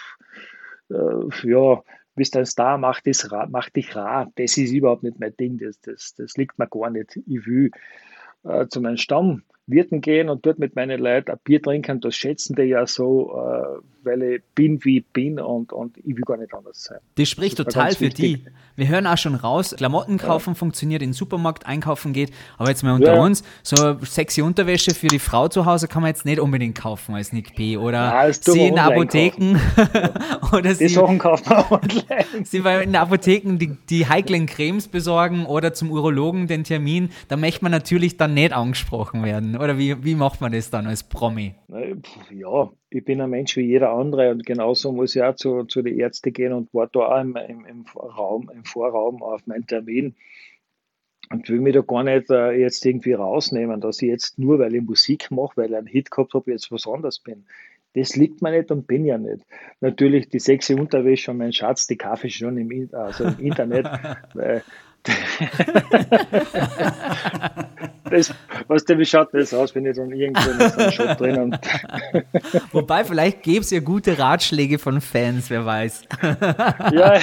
äh, ja, bist ein Star, mach, das, ra- mach dich rar. Das ist überhaupt nicht mein Ding, das, das, das liegt mir gar nicht. Ich will äh, zu meinen Stammwirten gehen und dort mit meinen Leuten ein Bier trinken. Das schätzen die ja so, äh, weil ich bin, wie ich bin, und, und ich will gar nicht anders sein. Das spricht Das ist mir total ganz für wichtig. die. Wir hören auch schon raus, Klamotten kaufen funktioniert, in den Supermarkt einkaufen geht, aber jetzt mal unter Ja. uns, so sexy Unterwäsche für die Frau zu Hause kann man jetzt nicht unbedingt kaufen als Nick P. Oder Nein, das tun sie wir in der online Apotheken oder Die sie, Sachen kauft man online. sie bei in der Apotheken die, die heiklen Cremes besorgen oder zum Urologen den Termin, da möchte man natürlich dann nicht angesprochen werden. Oder wie, wie macht man das dann als Promi? Ja, ich bin ein Mensch wie jeder andere, und genauso muss ich auch zu, zu den Ärzten gehen und war da auch im, im, im, Raum, im Vorraum auf meinen Termin, und will mich da gar nicht äh, jetzt irgendwie rausnehmen, dass ich jetzt nur, weil ich Musik mache, weil ich einen Hit gehabt habe, jetzt was anderes bin. Das liegt mir nicht und bin ja nicht. Natürlich die sexy Unterwäsche und mein Schatz, die kaufe ich schon im, In- also im Internet. Weil das, was der, wie schaut das aus, wenn ich dann irgendwo in so einem Shop drin und Wobei, vielleicht gäbe es ja gute Ratschläge von Fans, wer weiß. ja,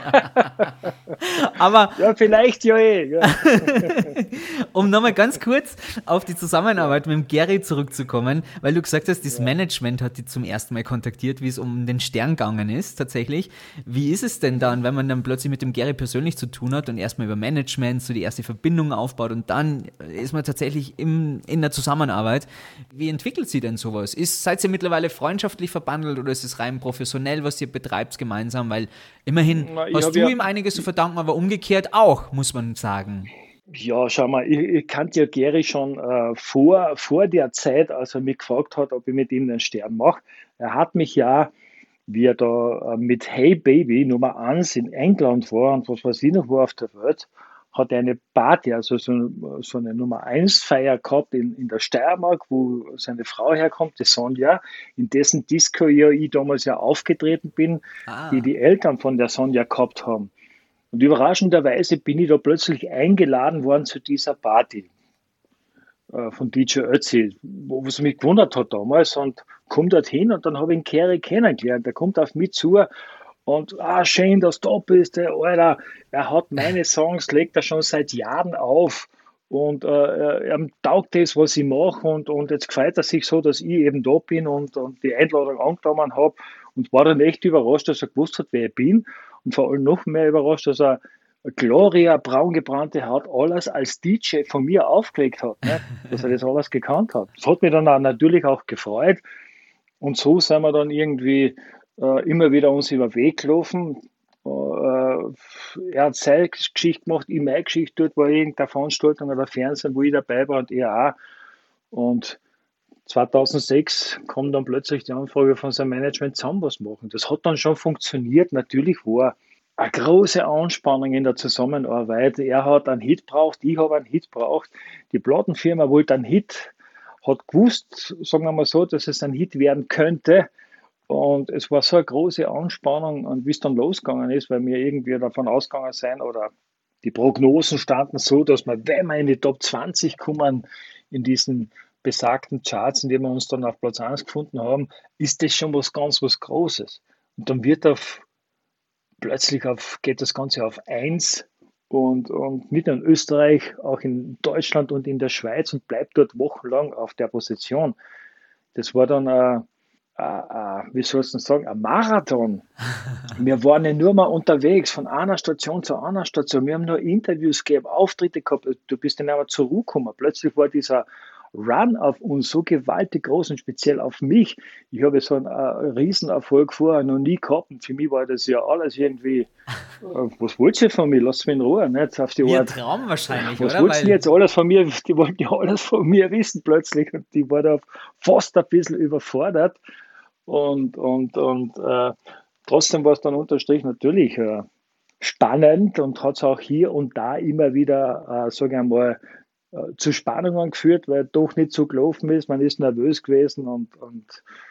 Aber ja, vielleicht ja eh. Ja. um nochmal ganz kurz auf die Zusammenarbeit mit dem Gary zurückzukommen, weil du gesagt hast, das Management hat dich zum ersten Mal kontaktiert, wie es um den Stern gegangen ist, tatsächlich. Wie ist es denn dann, wenn man dann plötzlich mit dem Gary persönlich zu tun hat und erstmal über Management so die erste Verbindung aufbaut und dann ist man tatsächlich im, in der Zusammenarbeit. Wie entwickelt sich denn sowas? Ist, seid ihr mittlerweile freundschaftlich verbandelt oder ist es rein professionell, was ihr betreibt gemeinsam? Weil immerhin Na, ich hast hab du ja- ihm einiges zu verdanken, aber umgekehrt auch, muss man sagen. Ja, schau mal, ich, ich kannte ja Gary schon äh, vor, vor der Zeit, als er mich gefragt hat, ob ich mit ihm den Stern mache. Er hat mich ja, wie er da äh, mit Hey Baby Nummer eins in England war und was weiß ich noch wo auf der Welt, hat er eine Party, also so, so eine Nummer eins Feier gehabt in, in der Steiermark, wo seine Frau herkommt, die Sonja, in dessen Disco ja ich damals ja aufgetreten bin, Ah. die die Eltern von der Sonja gehabt haben. Und überraschenderweise bin ich da plötzlich eingeladen worden zu dieser Party äh, von D J Ötzi, wo was mich gewundert hat damals, und komme dorthin und dann habe ich den Kerry kennengelernt. Der kommt auf mich zu und ah, schön, dass du da bist, ey, Alter. Er hat meine Songs, legt er schon seit Jahren auf. Und äh, er taugt das, was ich mache, und, und jetzt gefällt er sich so, dass ich eben da bin und, und die Einladung angenommen habe, und war dann echt überrascht, dass er gewusst hat, wer ich bin, und vor allem noch mehr überrascht, dass er Gloria, braun gebrannte Haut, alles als D J von mir aufgelegt hat, ne? Dass er das alles gekannt hat. Das hat mich dann auch natürlich auch gefreut, und so sind wir dann irgendwie äh, immer wieder uns über den Weg gelaufen. Äh, er hat seine Geschichte gemacht, ich meine Geschichte. Dort war irgendeine Veranstaltung oder Fernsehen, wo ich dabei war, und er auch. Und zweitausendsechs kam dann plötzlich die Anfrage von seinem Management, zusammen was machen. Das hat dann schon funktioniert. Natürlich war eine große Anspannung in der Zusammenarbeit. Er hat einen Hit braucht, ich habe einen Hit braucht. Die Plattenfirma wollte einen Hit, hat gewusst, sagen wir mal so, dass es ein Hit werden könnte. Und es war so eine große Anspannung, und wie es dann losgegangen ist, weil wir irgendwie davon ausgegangen sind, oder die Prognosen standen so, dass wir, wenn wir in die Top zwanzig kommen, in diesen besagten Charts, in denen wir uns dann auf Platz eins gefunden haben, ist das schon was ganz was Großes. Und dann wird auf, plötzlich auf, geht das Ganze auf eins, und, und nicht nur in Österreich, auch in Deutschland und in der Schweiz, und bleibt dort wochenlang auf der Position. Das war dann ein, ein, ein wie soll ich denn sagen, ein Marathon. Wir waren ja nur mal unterwegs, von einer Station zu einer Station. Wir haben nur Interviews gegeben, Auftritte gehabt. Du bist dann aber zurückgekommen. Plötzlich war dieser Run auf uns so gewaltig groß, und speziell auf mich. Ich habe so einen äh, Riesenerfolg vorher noch nie gehabt, und für mich war das ja alles irgendwie, äh, was wollt ihr von mir? Lasst mich in Ruhe, nicht? Auf die Wie ein Art. Traum wahrscheinlich, Was oder? wollten die jetzt alles von mir? Die wollten ja alles von mir wissen plötzlich, und die war da fast ein bisschen überfordert, und, und, und äh, trotzdem war es dann unterm Strich natürlich äh, spannend, und hat es auch hier und da immer wieder, äh, sage ich einmal, äh, zu Spannungen geführt, weil doch nicht so gelaufen ist. Man ist nervös gewesen, und, und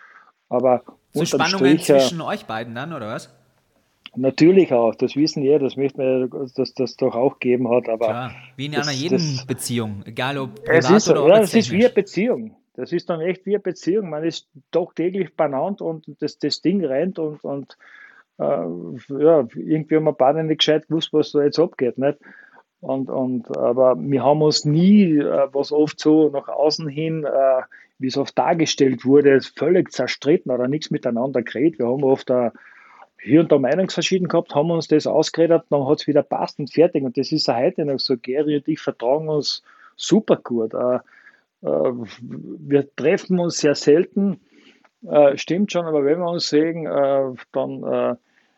aber So unterm Spannungen Strich, äh, zwischen euch beiden dann, oder was? natürlich auch, das wissen wir, das möchte man, dass das doch auch geben hat, aber Klar, wie in das, einer jeden das, Beziehung, egal ob es privat ist, oder ja, es ist wie eine arbeitstechnisch. Beziehung. Das ist dann echt wie eine Beziehung. Man ist doch täglich beieinander, und das, das Ding rennt, und, und äh, ja, irgendwie haben wir beide nicht gescheit gewusst, was da jetzt abgeht, nicht? Und, und, aber wir haben uns nie, äh, was oft so nach außen hin, äh, wie es oft dargestellt wurde, völlig zerstritten oder nichts miteinander geredet. Wir haben oft äh, hier und da Meinungsverschiedenheit gehabt, haben uns das ausgeredet, dann hat es wieder passt und fertig. Und das ist ja heute noch so. Gary und ich vertragen uns super gut. Äh, äh, wir treffen uns sehr selten, äh, stimmt schon, aber wenn wir uns sehen, äh, dann, äh,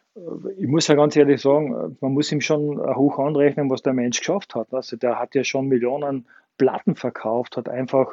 ich muss ja ganz ehrlich sagen, man muss ihm schon hoch anrechnen, was der Mensch geschafft hat. Also der hat ja schon Millionen Platten verkauft, hat einfach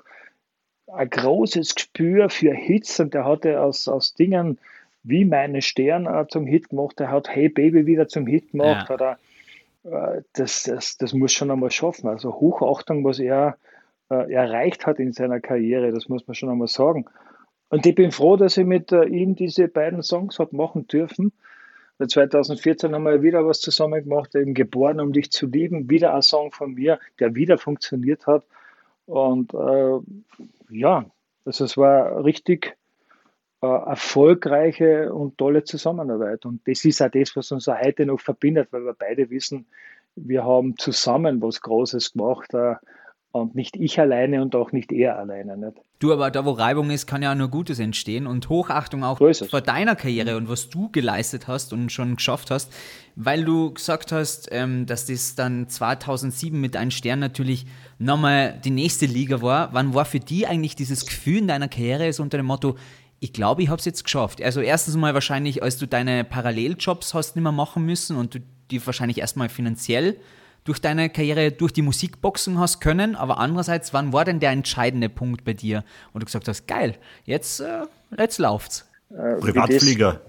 ein großes Gespür für Hits, und der hatte aus, aus Dingen wie Meine Stern äh, zum Hit gemacht, der hat Hey Baby wieder zum Hit gemacht, Ja. hat er, äh, das, das, das muss schon einmal schaffen. Also Hochachtung, was er äh, erreicht hat in seiner Karriere, das muss man schon einmal sagen. Und ich bin froh, dass ich mit äh, ihm diese beiden Songs habe machen dürfen. zwanzig vierzehn haben wir wieder was zusammen gemacht, eben Geboren, um dich zu lieben. Wieder ein Song von mir, der wieder funktioniert hat. Und äh, ja, also es war richtig äh, erfolgreiche und tolle Zusammenarbeit. Und das ist auch das, was uns auch heute noch verbindet, weil wir beide wissen, wir haben zusammen was Großes gemacht. Äh, und nicht ich alleine und auch nicht er alleine. Nicht? Du, aber da, wo Reibung ist, kann ja auch nur Gutes entstehen, und Hochachtung auch So ist es. vor deiner Karriere und was du geleistet hast und schon geschafft hast, weil du gesagt hast, ähm, dass das dann zweitausendsieben mit Ein Stern natürlich nochmal die nächste Liga war. Wann war für dich eigentlich dieses Gefühl in deiner Karriere so unter dem Motto, ich glaube, ich habe es jetzt geschafft? Also erstens mal wahrscheinlich, als du deine Paralleljobs hast nicht mehr machen müssen und du die wahrscheinlich erstmal finanziell durch deine Karriere, durch die Musik boxen hast können, aber andererseits, wann war denn der entscheidende Punkt bei dir, wo du gesagt hast, geil, jetzt, äh, jetzt läuft's? Äh, Privatflieger.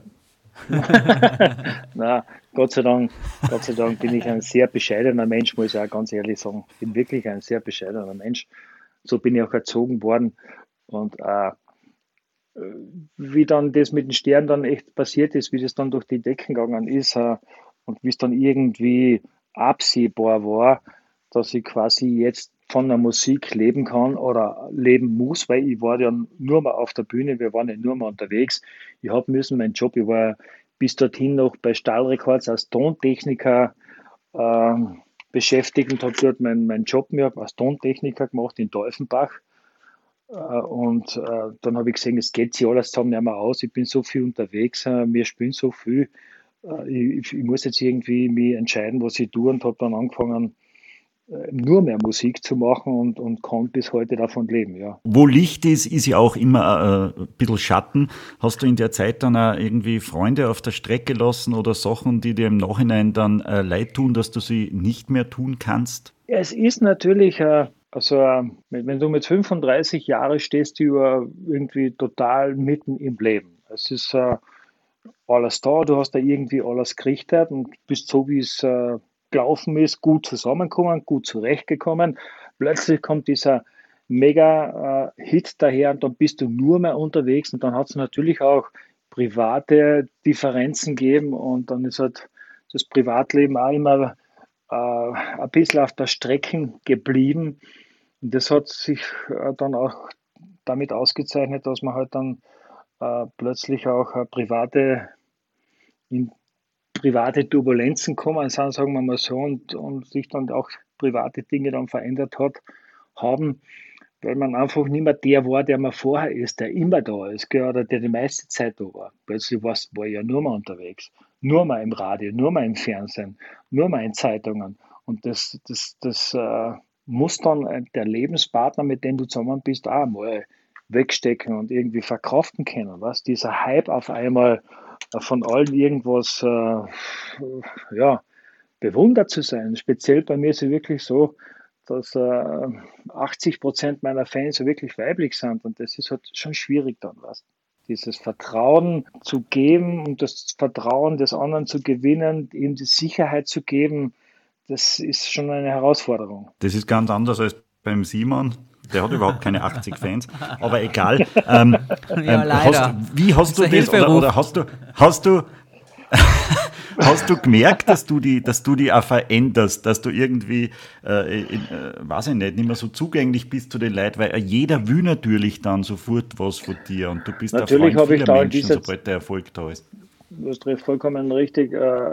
Na, Gott sei Dank, Gott sei Dank bin ich ein sehr bescheidener Mensch, muss ich auch ganz ehrlich sagen. Ich bin wirklich ein sehr bescheidener Mensch. So bin ich auch erzogen worden. Und äh, wie dann das mit den Sternen dann echt passiert ist, wie das dann durch die Decken gegangen ist äh, und wie es dann irgendwie absehbar war, dass ich quasi jetzt von der Musik leben kann oder leben muss, weil ich war ja nur mal auf der Bühne, wir waren ja nur mal unterwegs. Ich habe müssen meinen Job, ich war bis dorthin noch bei Stahl Records als Tontechniker äh, beschäftigt und habe dort meinen mein Job mir als Tontechniker gemacht in Teufenbach. Äh, und äh, dann habe ich gesehen, es geht sich alles zusammen nicht mehr aus. Ich bin so viel unterwegs, äh, wir spielen so viel. Ich, ich muss jetzt irgendwie mich entscheiden, was ich tue, und habe dann angefangen, nur mehr Musik zu machen und, und kann bis heute davon leben, ja. Wo Licht ist, ist ja auch immer äh, ein bisschen Schatten. Hast du in der Zeit dann auch irgendwie Freunde auf der Strecke lassen oder Sachen, die dir im Nachhinein dann äh, leid tun, dass du sie nicht mehr tun kannst? Es ist natürlich, äh, also äh, wenn du mit fünfunddreißig Jahren stehst, du irgendwie total mitten im Leben. Es ist äh, alles da, du hast da irgendwie alles gerichtet und bist so, wie es äh, gelaufen ist, gut zusammengekommen, gut zurechtgekommen. Plötzlich kommt dieser Mega-Hit daher und dann bist du nur mehr unterwegs und dann hat es natürlich auch private Differenzen gegeben und dann ist halt das Privatleben auch immer äh, ein bisschen auf der Strecke geblieben. Und das hat sich äh, dann auch damit ausgezeichnet, dass man halt dann äh, plötzlich auch äh, private, in private Turbulenzen kommen sind, sagen wir mal so, und, und sich dann auch private Dinge dann verändert hat, haben, weil man einfach nicht mehr der war, der man vorher ist, der immer da ist, gell, oder der die meiste Zeit da war. Plötzlich war's, war ich ja nur mal unterwegs, nur mal im Radio, nur mal im Fernsehen, nur mal in Zeitungen. Und das, das, das äh, muss dann der Lebenspartner, mit dem du zusammen bist, auch mal wegstecken und irgendwie verkraften können. Was? Dieser Hype auf einmal äh, von allen irgendwas äh, ja, bewundert zu sein. Speziell bei mir ist es wirklich so, dass äh, achtzig Prozent meiner Fans wirklich weiblich sind und das ist halt schon schwierig dann, was? Dieses Vertrauen zu geben und das Vertrauen des anderen zu gewinnen, ihm die Sicherheit zu geben, das ist schon eine Herausforderung. Das ist ganz anders als beim Simon. Der hat überhaupt keine achtzig Fans, aber egal. Ähm, Ja, ähm, leider. hast, wie hast du Das ist das, ein oder, Hilferuf. oder hast du, hast du, hast du gemerkt, dass du die, dass du die auch veränderst, dass du irgendwie, äh, in, äh, weiß ich nicht, nicht mehr so zugänglich bist zu den Leuten, weil äh, jeder will natürlich dann sofort was von dir und du bist Natürlich der Freund habe ich vieler da in Menschen, dieser- sobald der Erfolg da ist. Das trifft vollkommen richtig, äh,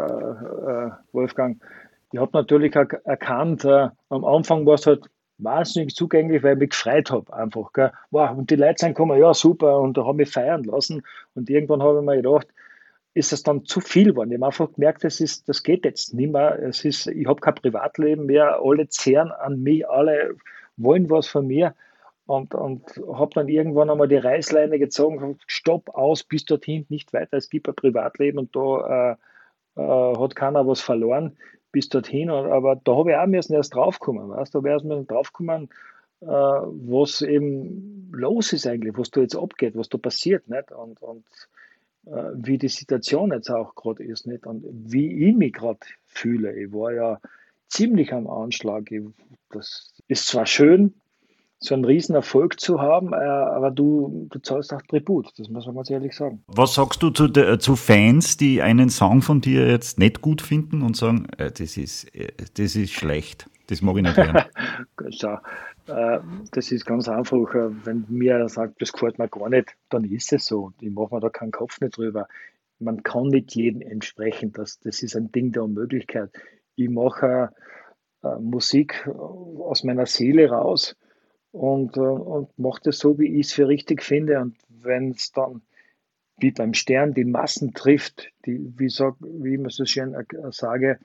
äh, Wolfgang. Ich habe natürlich er erkannt, äh, am Anfang war es halt wahnsinnig zugänglich, weil ich mich gefreut habe einfach. Gell. Wow, und die Leute sind gekommen, ja super, und da haben mich feiern lassen. Und irgendwann habe ich mir gedacht, ist es dann zu viel geworden. Ich habe einfach gemerkt, das, ist, das geht jetzt nicht mehr. Es ist, ich habe kein Privatleben mehr, alle zehren an mich, alle wollen was von mir. Und, und habe dann irgendwann einmal die Reißleine gezogen, stopp, aus, bis dorthin, nicht weiter, es gibt ein Privatleben und da äh, äh, hat keiner was verloren bis dorthin. Aber da habe ich auch müssen erst draufkommen, weißt du, da wäre es draufkommen, äh, was eben los ist eigentlich, was da jetzt abgeht, was da passiert, nicht? Und, und äh, wie die Situation jetzt auch gerade ist, nicht? Und wie ich mich gerade fühle. Ich war ja ziemlich am Anschlag. Ich, das ist zwar schön, so einen riesen Erfolg zu haben, äh, aber du, du zahlst auch Tribut, das muss man ganz ehrlich sagen. Was sagst du zu, de, zu Fans, die einen Song von dir jetzt nicht gut finden und sagen, äh, das ist, äh, das ist schlecht, das mag ich nicht hören? Schau, äh, das ist ganz einfach, äh, wenn mir einer sagt, das gefällt mir gar nicht, dann ist es so. Ich mache mir da keinen Kopf nicht drüber. Man kann nicht jedem entsprechen, das, das ist ein Ding der Unmöglichkeit. Ich mache äh, Musik aus meiner Seele raus und, äh, und mache das so, wie ich es für richtig finde. Und wenn es dann wie beim Stern die Massen trifft, die, wie, sag, wie ich immer so schön äh, sage,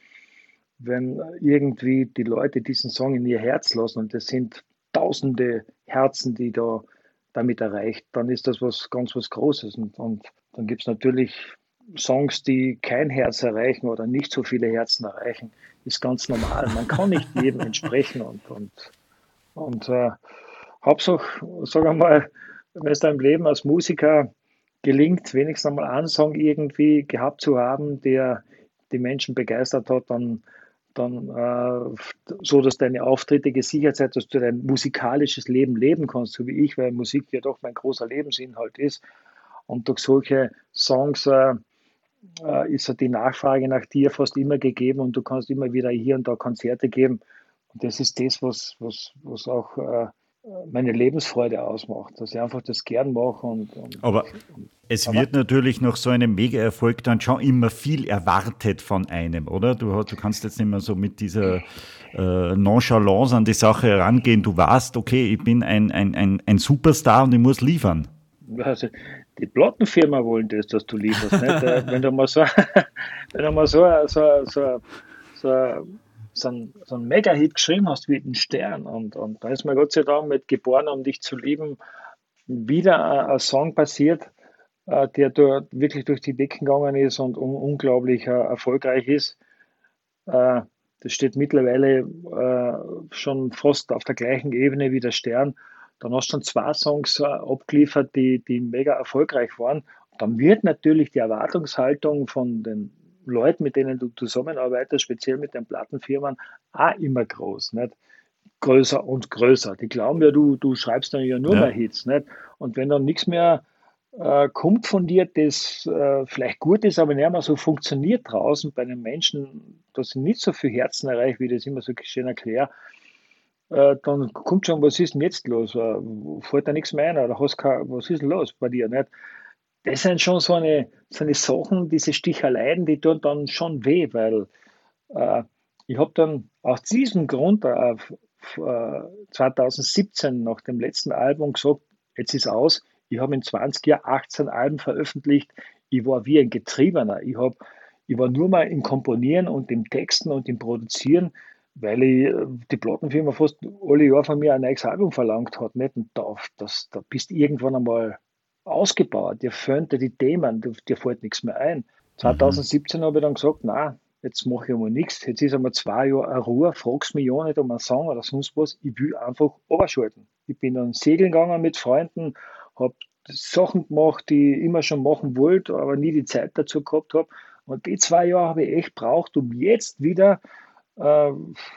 wenn irgendwie die Leute diesen Song in ihr Herz lassen und das sind tausende Herzen, die da damit erreicht, dann ist das was ganz was Großes. Und, und dann gibt es natürlich Songs, die kein Herz erreichen oder nicht so viele Herzen erreichen, ist ganz normal. Man kann nicht jedem entsprechen und, und, und äh, Hauptsache, sag einmal, wenn es deinem Leben als Musiker gelingt, wenigstens einmal einen Song irgendwie gehabt zu haben, der die Menschen begeistert hat, dann, dann äh, so, dass deine Auftritte gesichert sind, dass du dein musikalisches Leben leben kannst, so wie ich, weil Musik ja doch mein großer Lebensinhalt ist. Und durch solche Songs äh, äh, ist die Nachfrage nach dir fast immer gegeben und du kannst immer wieder hier und da Konzerte geben. Und das ist das, was, was, was auch äh, meine Lebensfreude ausmacht, dass ich einfach das gern mache. Und, und, Aber es aber, wird natürlich nach so einem Mega-Erfolg dann schon immer viel erwartet von einem, oder? Du, du kannst jetzt nicht mehr so mit dieser äh, Nonchalance an die Sache herangehen. Du weißt, okay, ich bin ein, ein, ein, ein Superstar und ich muss liefern. also, die Plattenfirma wollen das, dass du lieferst. Nicht? Äh, wenn du mal so, wenn du mal so, so, so, so, so einen, so einen Mega-Hit geschrieben hast wie den Stern und, und da ist mir Gott sei Dank mit Geboren, um dich zu lieben, wieder ein, ein Song passiert, äh, der dort wirklich durch die Decken gegangen ist und un unglaublich äh, erfolgreich ist. Äh, das steht mittlerweile äh, schon fast auf der gleichen Ebene wie der Stern. Dann hast du schon zwei Songs äh, abgeliefert, die, die mega erfolgreich waren. dann wird natürlich die Erwartungshaltung von den Leuten, mit denen du zusammenarbeitest, speziell mit den Plattenfirmen, auch immer groß, nicht? Größer und größer. Die glauben ja, du, du schreibst dann ja nur Ja. mehr Hits, nicht? Und wenn dann nichts mehr äh, kommt von dir, das äh, vielleicht gut ist, aber nicht mehr so funktioniert draußen bei den Menschen, dass sie nicht so viel Herzen erreicht, wie ich das immer so schön erkläre, äh, dann kommt schon, was ist denn jetzt los? Äh, fällt da nichts mehr ein? Oder hast kein, was ist denn los bei dir? Nicht? Das sind schon so eine, so eine Sachen, diese Sticheleien, die tun dann schon weh, weil äh, ich habe dann aus diesem Grund äh, f- äh, zwanzig siebzehn nach dem letzten Album gesagt, jetzt ist aus. Ich habe in zwanzig Jahren achtzehn Alben veröffentlicht. Ich war wie ein Getriebener. Ich, hab, ich war nur mal im Komponieren und im Texten und im Produzieren, weil ich, äh, die Plattenfirma fast alle Jahre von mir ein neues Album verlangt hat. Nicht? Und da, das, da bist du irgendwann einmal ausgebaut. Dir fehlen dir die Themen, dir, dir fällt nichts mehr ein. zwanzig siebzehn habe ich dann gesagt, nein, jetzt mache ich einmal nichts. Jetzt ist einmal zwei Jahre eine Ruhe, fragst mich ja nicht um einen Song oder sonst was. Ich will einfach abschalten. Ich bin dann segeln gegangen mit Freunden, habe Sachen gemacht, die ich immer schon machen wollte, aber nie die Zeit dazu gehabt habe. Und die zwei Jahre habe ich echt braucht, um jetzt wieder äh,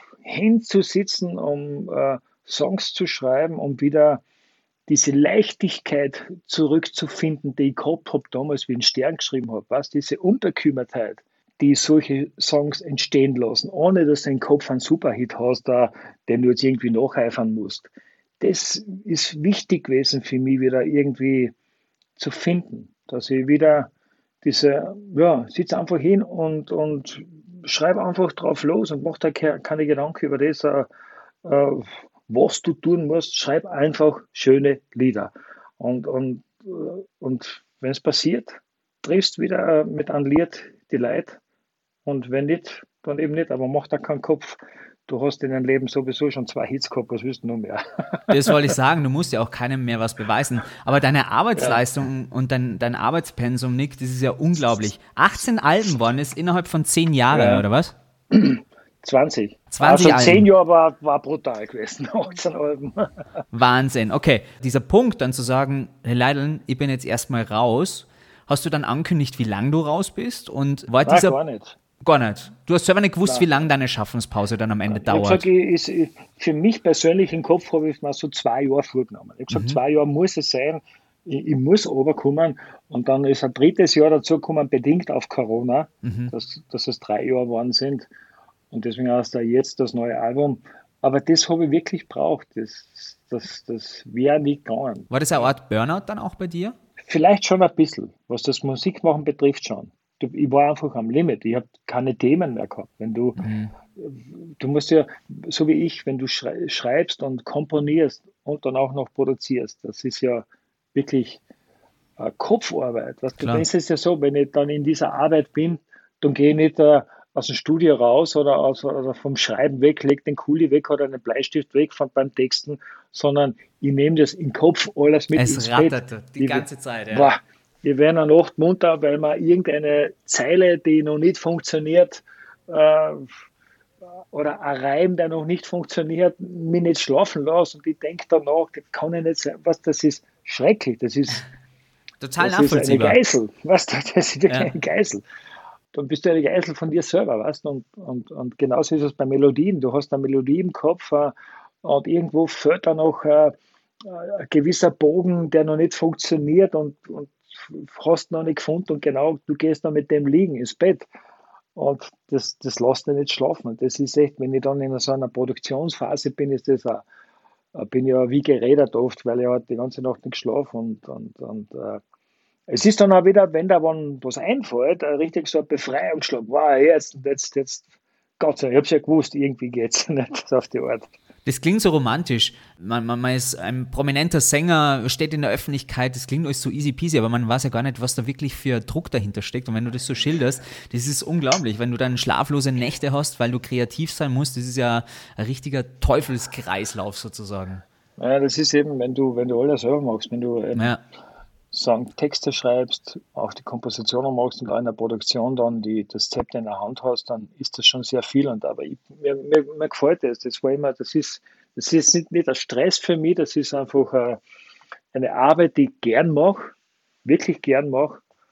hinzusitzen, um äh, Songs zu schreiben, um wieder diese Leichtigkeit zurückzufinden, die ich gehabt habe damals, wie ich einen Stern geschrieben habe, was diese Unbekümmertheit, die solche Songs entstehen lassen, ohne dass du im Kopf einen Superhit hast, da, den du jetzt irgendwie nacheifern musst. Das ist wichtig gewesen für mich, wieder irgendwie zu finden, dass ich wieder diese, ja, sitze einfach hin und, und schreibe einfach drauf los und mach da keine Gedanken über das, äh, äh, was du tun musst, schreib einfach schöne Lieder. Und, und, äh, und wenn es passiert, triffst wieder äh, mit einem Lied die Leute und wenn nicht, dann eben nicht, aber mach da keinen Kopf. Du hast in deinem Leben sowieso schon zwei Hits gehabt, was willst du noch mehr? Das wollte ich sagen, du musst ja auch keinem mehr was beweisen. Aber deine Arbeitsleistung Ja. und dein, dein Arbeitspensum, Nick, das ist ja unglaublich. achtzehn Alben waren es innerhalb von zehn Jahren, Ja. oder was? zwanzig. zwanzig also zehn Alben. Jahre war, war brutal gewesen, achtzehn Alben. Wahnsinn. Okay, dieser Punkt dann zu sagen, hey Leideln, ich bin jetzt erstmal raus. Hast du dann angekündigt, wie lange du raus bist? Und war Nein, dieser... gar nicht. Gar nicht. Du hast selber nicht gewusst, Nein. wie lange deine Schaffenspause dann am Ende Ich habe dauert. gesagt, ich, ist, ich, für mich persönlich im Kopf habe ich mir so zwei Jahre vorgenommen. Ich habe gesagt, zwei Jahre muss es sein, ich, ich muss runterkommen. Und dann ist ein drittes Jahr dazu gekommen, bedingt auf Corona, dass, dass es drei Jahre geworden sind. Und deswegen hast du jetzt das neue Album. Aber das habe ich wirklich gebraucht. Das, das, das wäre nicht gegangen. War das eine Art Burnout dann auch bei dir? Vielleicht schon ein bisschen, was das Musikmachen betrifft schon. Du- Ich war einfach am Limit. Ich habe keine Themen mehr gehabt. Wenn du, du musst ja, so wie ich, wenn du schrei- schreibst und komponierst und dann auch noch produzierst, das ist ja wirklich äh, Kopfarbeit. Weißt du, Klar. dann ist es ja so, wenn ich dann in dieser Arbeit bin, dann gehe ich nicht äh, aus dem Studio raus oder, aus, oder vom Schreiben weg, leg den Kuli weg oder den Bleistift weg von, beim Texten, sondern ich nehme das im Kopf alles mit Es ins ratterte Bett. die Ich- ganze Zeit, ja. Boah, wir werden eine Nacht munter, weil man irgendeine Zeile, die noch nicht funktioniert, äh, oder ein Reim, der noch nicht funktioniert, mich nicht schlafen lässt und ich denke danach, das kann ja nicht sein, was, das ist schrecklich, das ist, Total das ist eine nachvollziehbar. Geißel, weißt du, das ist wirklich Ja. eine Geißel. Dann bist du eine Geißel von dir selber, weißt du, und, und, und genauso ist es bei Melodien, du hast eine Melodie im Kopf äh, und irgendwo fehlt da noch äh, ein gewisser Bogen, der noch nicht funktioniert und, und hast noch nicht gefunden und genau, du gehst dann mit dem liegen ins Bett. Und das, das lässt dich nicht schlafen. Und das ist echt, wenn ich dann in so einer Produktionsphase bin, ist das auch, äh, bin ich ja wie gerädert oft, weil ich halt die ganze Nacht nicht schlafe. Und, und, und äh, es ist dann auch wieder, wenn da wann was einfällt, äh, richtig so ein Befreiungsschlag. Wow, jetzt, jetzt, jetzt, Gott sei Dank, ich hab's ja gewusst, irgendwie geht's nicht auf die Art. Das klingt so romantisch. Man, man, man ist ein prominenter Sänger, steht in der Öffentlichkeit, das klingt alles so easy peasy, aber man weiß ja gar nicht, was da wirklich für Druck dahinter steckt. Und wenn du das so schilderst, das ist unglaublich. Wenn du dann schlaflose Nächte hast, weil du kreativ sein musst, das ist ja ein richtiger Teufelskreislauf sozusagen. Ja, das ist eben, wenn du, wenn du alles selber machst, wenn du ähm, Ja, Song, Texte schreibst, auch die Kompositionen machst und auch in der Produktion dann die, das Zepter in der Hand hast, dann ist das schon sehr viel. Und aber ich, mir, mir, mir gefällt das. Das war immer, das ist, das ist nicht, nicht ein Stress für mich, das ist einfach äh, eine Arbeit, die ich gern mache, wirklich gern mache.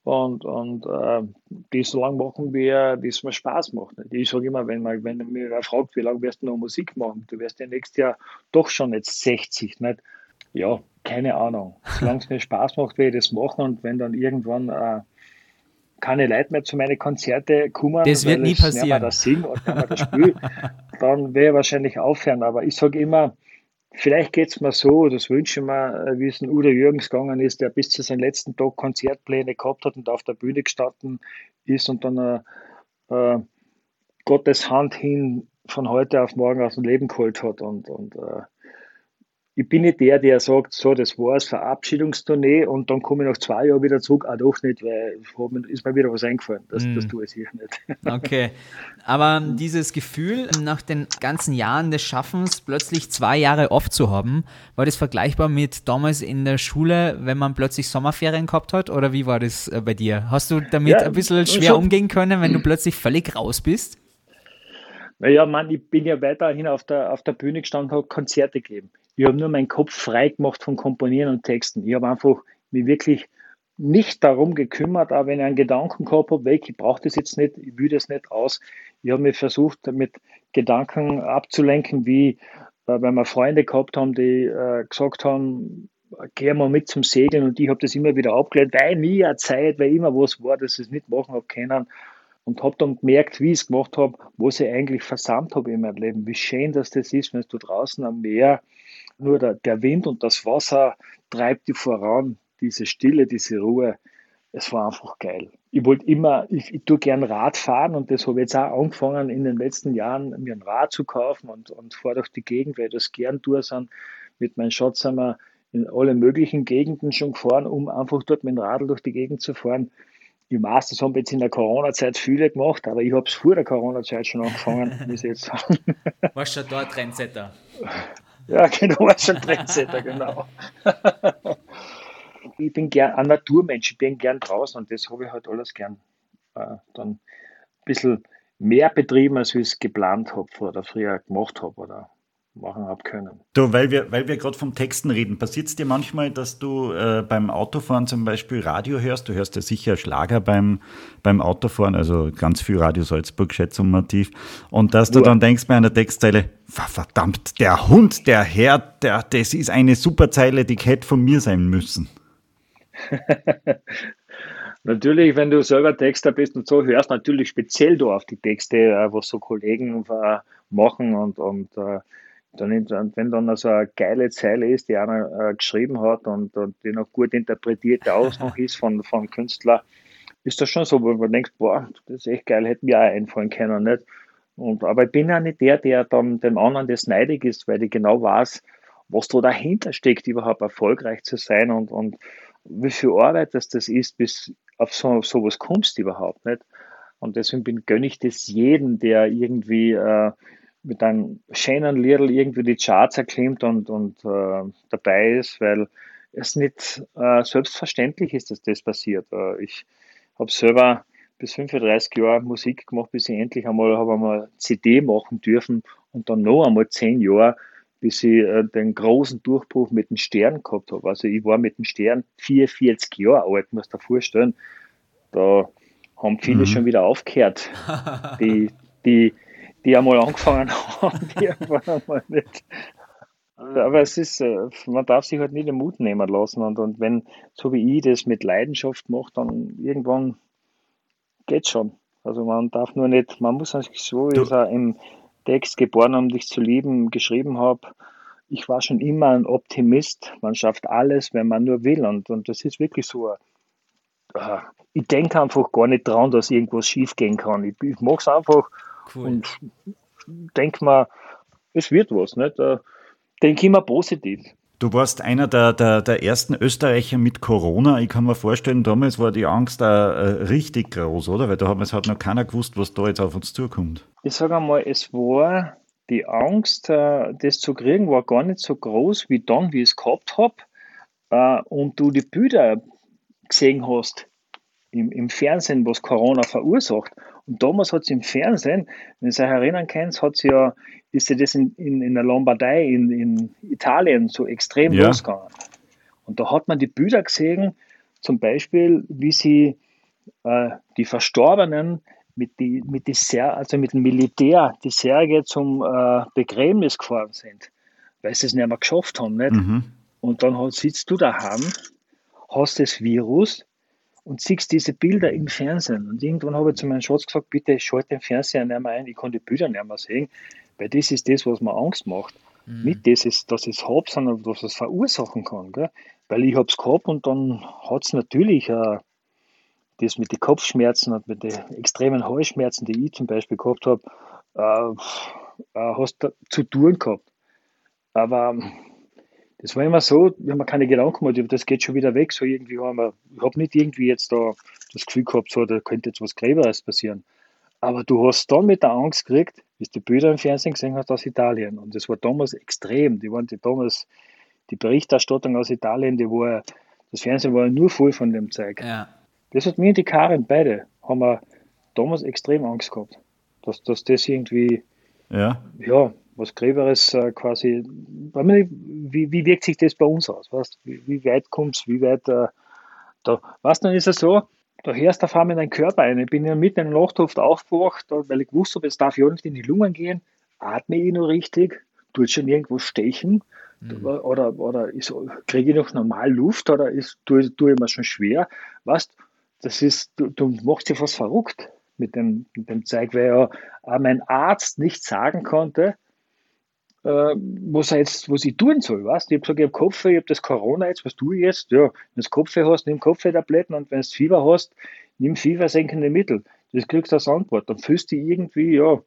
Und, und äh, die so lange machen, wie, wie es mir Spaß macht. Nicht? Ich sage immer, wenn man, wenn man mich fragt, wie lange wirst du noch Musik machen, du wirst ja nächstes Jahr doch schon jetzt sechzig. Nicht? Ja, keine Ahnung. Solange es mir Spaß macht, will ich das machen. Und wenn dann irgendwann äh, keine Leute mehr zu meinen Konzerten kommen, Das wird weil nie ich nicht passieren. mehr das singe und nicht mehr das spiele, dann werde ich wahrscheinlich aufhören. Aber ich sage immer, vielleicht geht es mir so, das wünsche ich mir, wie es ein Udo Jürgens gegangen ist, der bis zu seinem letzten Tag Konzertpläne gehabt hat und auf der Bühne gestanden ist und dann äh, äh, Gottes Hand hin von heute auf morgen aus dem Leben geholt hat. Und, und äh, ich bin nicht der, der sagt, so, das war's, Verabschiedungstournee und dann komme ich nach zwei Jahren wieder zurück. Ah, doch nicht, weil mir, ist mir wieder was eingefallen. Das, mm. das tue ich sicher nicht. Okay, aber dieses Gefühl, nach den ganzen Jahren des Schaffens plötzlich zwei Jahre off zu haben, war das vergleichbar mit damals in der Schule, wenn man plötzlich Sommerferien gehabt hat? Oder wie war das bei dir? Hast du damit ja, ein bisschen schwer schon umgehen können, wenn du plötzlich völlig raus bist? Naja, Mann, ich bin ja weiterhin auf der, auf der Bühne gestanden und habe Konzerte gegeben. Ich habe nur meinen Kopf frei gemacht von Komponieren und Texten. Ich habe einfach mich wirklich nicht darum gekümmert, auch wenn ich einen Gedanken gehabt habe, weg, ich brauche das jetzt nicht, ich will das nicht aus. Ich habe mich versucht, mit Gedanken abzulenken, wie äh, wenn wir Freunde gehabt haben, die äh, gesagt haben, geh mal mit zum Segeln, und ich habe das immer wieder abgelehnt, weil nie eine Zeit, weil immer was war, dass ich es nicht machen habe können. Und habe dann gemerkt, wie ich es gemacht habe, was ich eigentlich versammelt habe in meinem Leben. Wie schön dass das ist, wenn du draußen am Meer, nur der, der Wind und das Wasser treibt dich voran, diese Stille, diese Ruhe. Es war einfach geil. Ich wollte immer, ich, ich tue gern Rad fahren, und das habe ich jetzt auch angefangen in den letzten Jahren, mir ein Rad zu kaufen und, und fahre durch die Gegend, weil ich das gern tue. Sind. Mit meinem Schatz sind wir in alle möglichen Gegenden schon gefahren, um einfach dort mit dem Radl durch die Gegend zu fahren. Ich weiß, das haben jetzt in der Corona-Zeit viele gemacht, aber ich habe es vor der Corona-Zeit schon angefangen, muss ich jetzt sagen. Warst schon da Trendsetter? Ja, genau, war schon Trendsetter, genau. Ich bin gern ein Naturmensch, ich bin gern draußen, und das habe ich halt alles gern äh, dann ein bisschen mehr betrieben, als ich es geplant habe oder früher gemacht habe oder machen habe können. Du, weil wir, weil wir gerade vom Texten reden, passiert es dir manchmal, dass du äh, beim Autofahren zum Beispiel Radio hörst? Du hörst ja sicher Schlager beim, beim Autofahren, also ganz viel Radio Salzburg, schätzungsmativ, und dass du ja. dann denkst bei einer Textzeile, verdammt, der Hund, der Herr, der, das ist eine super Zeile, die hätte von mir sein müssen. Natürlich, wenn du selber Texter bist und so hörst, natürlich speziell du auf die Texte, was so Kollegen machen, und, und dann, wenn dann so eine geile Zeile ist, die einer äh, geschrieben hat und, und die noch gut interpretiert aus noch ist von, von Künstler, ist das schon so, wo man denkt, boah, das ist echt geil, hätte mir auch einfallen können, nicht? Und, aber ich bin ja nicht der, der dann dem anderen das neidig ist, weil ich genau weiß, was da dahinter steckt, überhaupt erfolgreich zu sein, und, und wie viel Arbeit das, das ist, bis auf so sowas kommst überhaupt nicht. Und deswegen bin, gönne ich das jedem, der irgendwie äh, mit einem schönen Liedl irgendwie die Charts erklimmt und, und äh, dabei ist, weil es nicht äh, selbstverständlich ist, dass das passiert. Äh, ich habe selber bis fünfunddreißig Jahre Musik gemacht, bis ich endlich einmal habe einmal C D machen dürfen, und dann noch einmal zehn Jahre, bis ich äh, den großen Durchbruch mit den Sternen gehabt habe. Also ich war mit den Sternen vierundvierzig Jahre alt, muss dir vorstellen. Da haben viele mhm. schon wieder aufgehört, die, die die einmal angefangen haben, die einfach einmal nicht. Aber es ist, man darf sich halt nicht den Mut nehmen lassen, und, und wenn, so wie ich das mit Leidenschaft mache, dann irgendwann geht's schon. Also man darf nur nicht, man muss sich so, wie ich auch im Text "Geboren, um dich zu lieben" geschrieben habe, ich war schon immer ein Optimist, man schafft alles, wenn man nur will, und, und das ist wirklich so. Ich denke einfach gar nicht dran, dass irgendwas schief gehen kann. Ich, ich mache es einfach. Cool. Und denke mal, es wird was, nicht? Denke immer positiv. Du warst einer der, der, der ersten Österreicher mit Corona. Ich kann mir vorstellen, damals war die Angst auch richtig groß, oder? Weil damals hat noch keiner gewusst, was da jetzt auf uns zukommt. Ich sage einmal, es war die Angst, das zu kriegen, war gar nicht so groß wie dann, wie ich es gehabt habe. Und du die Bilder gesehen hast im, im Fernsehen, was Corona verursacht. Und damals hat es im Fernsehen, wenn ihr euch erinnern könnt, hat's ja, ist ja das in, in, in der Lombardei, in, in Italien so extrem ja. losgegangen. Und da hat man die Bilder gesehen, zum Beispiel, wie sie äh, die Verstorbenen mit, die, mit, die Ser also mit dem Militär die Särge zum äh, Begräbnis gefahren sind, weil sie es nicht mehr geschafft haben. Nicht? Mhm. Und dann hat, sitzt du daheim, hast das Virus und siehst diese Bilder im Fernsehen. Und irgendwann habe ich zu meinem Schatz gesagt, bitte schalte den Fernseher nicht mehr ein, ich kann die Bilder nicht mehr sehen, weil das ist das, was mir Angst macht. Mhm. Nicht das, ist, dass ich es habe, sondern was es verursachen kann. Gell? Weil ich habe es gehabt und dann hat es natürlich äh, das mit den Kopfschmerzen und mit den extremen Halsschmerzen, die ich zum Beispiel gehabt habe, äh, äh, hast du zu tun gehabt. Aber das war immer so, wenn man keine Gedanken hat, das geht schon wieder weg. So irgendwie haben wir, ich habe nicht irgendwie jetzt da das Gefühl gehabt, so, da könnte jetzt was Gräberes passieren. Aber du hast dann mit der Angst gekriegt, wie du die Bilder im Fernsehen gesehen hast aus Italien. Und das war damals extrem. Die waren die damals, die Berichterstattung aus Italien, die war, das Fernsehen war nur voll von dem Zeug. Ja. Das hat mir und die Karin beide, haben wir damals extrem Angst gehabt, dass, dass das irgendwie, ja, ja, was Gräberes äh, quasi, wie, wie wirkt sich das bei uns aus? Weißt? Wie, wie weit kommst du, wie weit äh, da, weißt du, dann ist es so, da hörst du auf einmal in deinen Körper ein. Ich bin ja mitten in der Nachtluft aufgewacht, weil ich gewusst habe, jetzt darf ich auch nicht in die Lungen gehen, atme ich noch richtig, tut schon irgendwo stechen mhm. oder, oder kriege ich noch normal Luft oder ist, tue, tue ich mir schon schwer. Weißt das ist, du, du machst dich fast verrückt mit dem, mit dem Zeug, weil ja auch mein Arzt nicht sagen konnte, äh, was er jetzt, was ich tun soll, weißt? Ich habe gesagt, ich habe Kopfweh, ich habe das Corona jetzt, was tue ich jetzt? Ja, wenn du Kopfweh hast, nimm Kopfwehtabletten und wenn du Fieber hast, nimm fiebersenkende Mittel. Das kriegst du als Antwort. Dann fühlst du dich irgendwie, ja,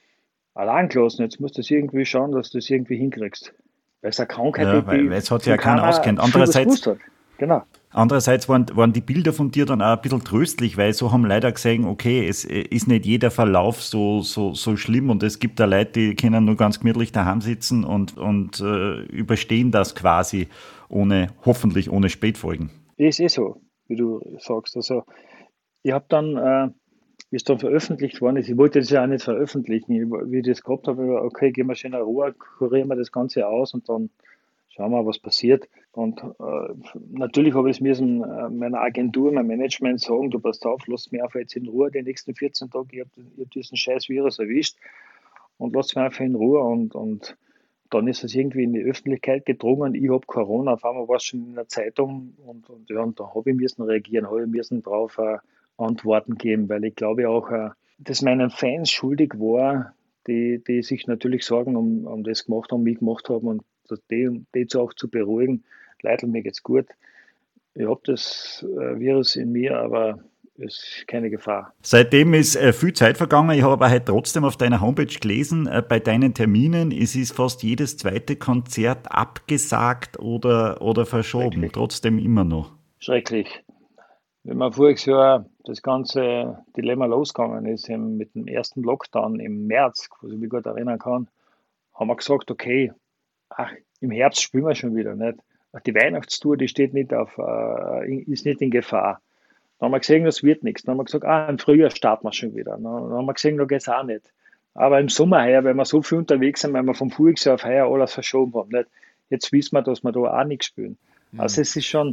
allein gelassen. Jetzt musst du das irgendwie schauen, dass du das irgendwie hinkriegst. Weil es eine Krankheit ja, ist, weil, die weil es hat ja keiner auskennt. Andererseits, hat. Genau. Andererseits waren, waren die Bilder von dir dann auch ein bisschen tröstlich, weil so haben leider gesehen, okay, es ist nicht jeder Verlauf so, so, so schlimm und es gibt da Leute, die können nur ganz gemütlich daheim sitzen und, und äh, überstehen das quasi ohne, hoffentlich ohne Spätfolgen. Ist eh so, wie du sagst. Also ich habe dann, äh, wie es dann veröffentlicht worden ist, ich wollte das ja auch nicht veröffentlichen, wie ich das gehabt habe, okay, gehen wir schön in Ruhe, kurieren wir das Ganze aus und dann schauen wir, was passiert. Und äh, natürlich habe ich es müssen, äh, meiner Agentur, meinem Management sagen, du passt auf, lass mich einfach jetzt in Ruhe die nächsten vierzehn Tage, ich habe hab diesen scheiß Virus erwischt und lass mich einfach in Ruhe. Und, und dann ist es irgendwie in die Öffentlichkeit gedrungen, ich habe Corona, auf einmal war es schon in der Zeitung und, und, ja, und da habe ich müssen reagieren, habe ich müssen darauf äh, Antworten geben, weil ich glaube auch, äh, dass meinen Fans schuldig war, die, die sich natürlich Sorgen um, um das gemacht haben, mich gemacht haben und die, die auch zu beruhigen. Leute, mir geht's gut. Ich habe das äh, Virus in mir, aber es ist keine Gefahr. Seitdem ist äh, viel Zeit vergangen. Ich habe aber heute trotzdem auf deiner Homepage gelesen, äh, bei deinen Terminen es ist fast jedes zweite Konzert abgesagt oder, oder verschoben. Trotzdem immer noch. Schrecklich. Wenn man voriges Jahr das ganze Dilemma losgegangen ist, mit dem ersten Lockdown im März, was ich mich gut erinnern kann, haben wir gesagt, okay, ach, im Herbst spielen wir schon wieder nicht. Die Weihnachtstour, die steht nicht auf, äh, ist nicht in Gefahr. Dann haben wir gesehen, das wird nichts. Dann haben wir gesagt, ah, im Frühjahr starten wir schon wieder. Dann haben wir gesehen, da geht es auch nicht. Aber im Sommer heuer, weil wir so viel unterwegs sind, weil wir vom Vorjahr auf heuer alles verschoben haben. Nicht? Jetzt wissen wir, dass wir da auch nichts spielen. Mhm. Also es ist schon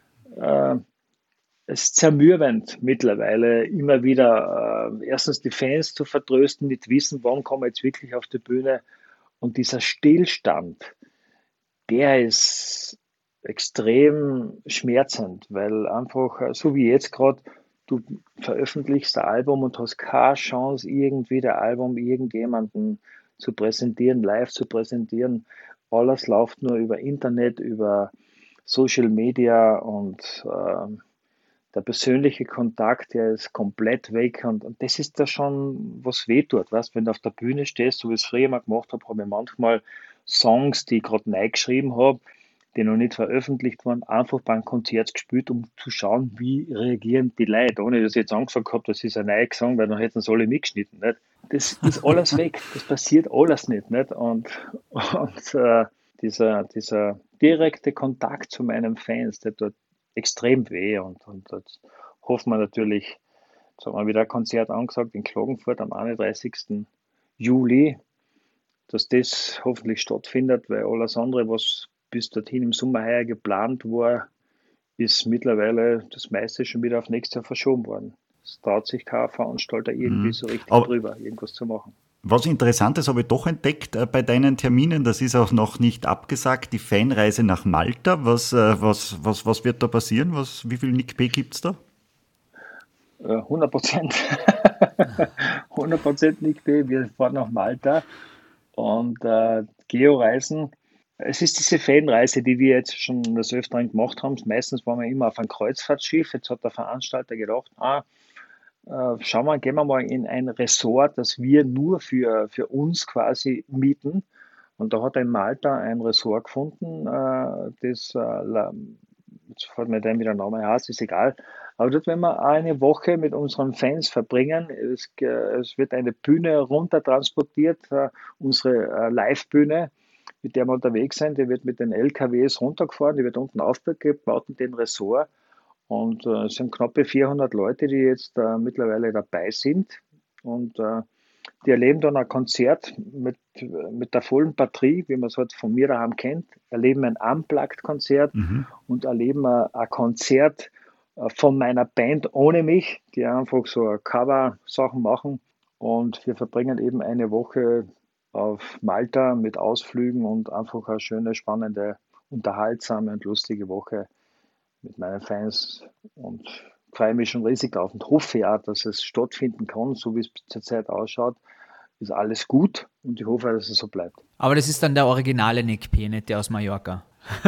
äh, es ist zermürbend mittlerweile, immer wieder äh, erstens die Fans zu vertrösten, nicht wissen, wann kommen wir jetzt wirklich auf die Bühne. Und dieser Stillstand, der ist extrem schmerzend, weil einfach, so wie jetzt gerade, du veröffentlichst ein Album und hast keine Chance, irgendwie das Album irgendjemanden zu präsentieren, live zu präsentieren. Alles läuft nur über Internet, über Social Media und äh, der persönliche Kontakt, der ist komplett weg und, und das ist da schon, was wehtut, weißt? Wenn du auf der Bühne stehst, so wie ich es früher mal gemacht habe, habe ich manchmal Songs, die ich gerade neu geschrieben habe, die noch nicht veröffentlicht waren, einfach beim Konzert gespielt, um zu schauen, wie reagieren die Leute, ohne dass ich jetzt angesagt habe, das ist ein neuer Song, weil dann hätten sie alle mitgeschnitten, nicht? Das ist alles weg, das passiert alles nicht, nicht? Und, und äh, dieser, dieser direkte Kontakt zu meinen Fans, der tut extrem weh und, und jetzt hoffen wir natürlich, jetzt haben wir wieder ein Konzert angesagt in Klagenfurt am einunddreißigsten Juli, dass das hoffentlich stattfindet, weil alles andere, was bis dorthin im Sommer heuer geplant war, ist mittlerweile das meiste schon wieder auf nächstes Jahr verschoben worden. Es traut sich kein Veranstalter irgendwie mhm. so richtig Aber drüber, irgendwas zu machen. Was Interessantes habe ich doch entdeckt äh, bei deinen Terminen, das ist auch noch nicht abgesagt, die Fanreise nach Malta. Was, äh, was, was, was wird da passieren? Was, wie viel Nick P. gibt es da? hundert Prozent. hundert Prozent Nick P. Wir fahren nach Malta und äh, Georeisen. Es ist diese Fanreise, die wir jetzt schon des Öfteren gemacht haben. Meistens waren wir immer auf einem Kreuzfahrtschiff. Jetzt hat der Veranstalter gedacht, ah, äh, schauen wir, gehen wir mal in ein Resort, das wir nur für, für uns quasi mieten. Und da hat er in Malta ein Resort gefunden, äh, das, äh, jetzt fällt mir dann wieder der Name aus, ist egal. Aber dort werden wir eine Woche mit unseren Fans verbringen. Es, äh, es wird eine Bühne runter transportiert, äh, unsere äh, Live-Bühne, mit der wir unterwegs sind. Die wird mit den L K Ws runtergefahren, die wird unten aufgebaut in den Ressort. Und äh, es sind knappe vierhundert Leute, die jetzt äh, mittlerweile dabei sind. Und äh, die erleben dann ein Konzert mit, mit der vollen Batterie, wie man es halt von mir daheim kennt. Erleben ein Unplugged-Konzert mhm. und erleben ein, ein Konzert äh, von meiner Band ohne mich, die einfach so Cover-Sachen machen. Und wir verbringen eben eine Woche auf Malta mit Ausflügen und einfach eine schöne, spannende, unterhaltsame und lustige Woche mit meinen Fans und freue mich schon riesig auf und hoffe ja, dass es stattfinden kann, so wie es zurzeit ausschaut, ist alles gut und ich hoffe, dass es so bleibt. Aber das ist dann der originale Nick P., nicht der aus Mallorca.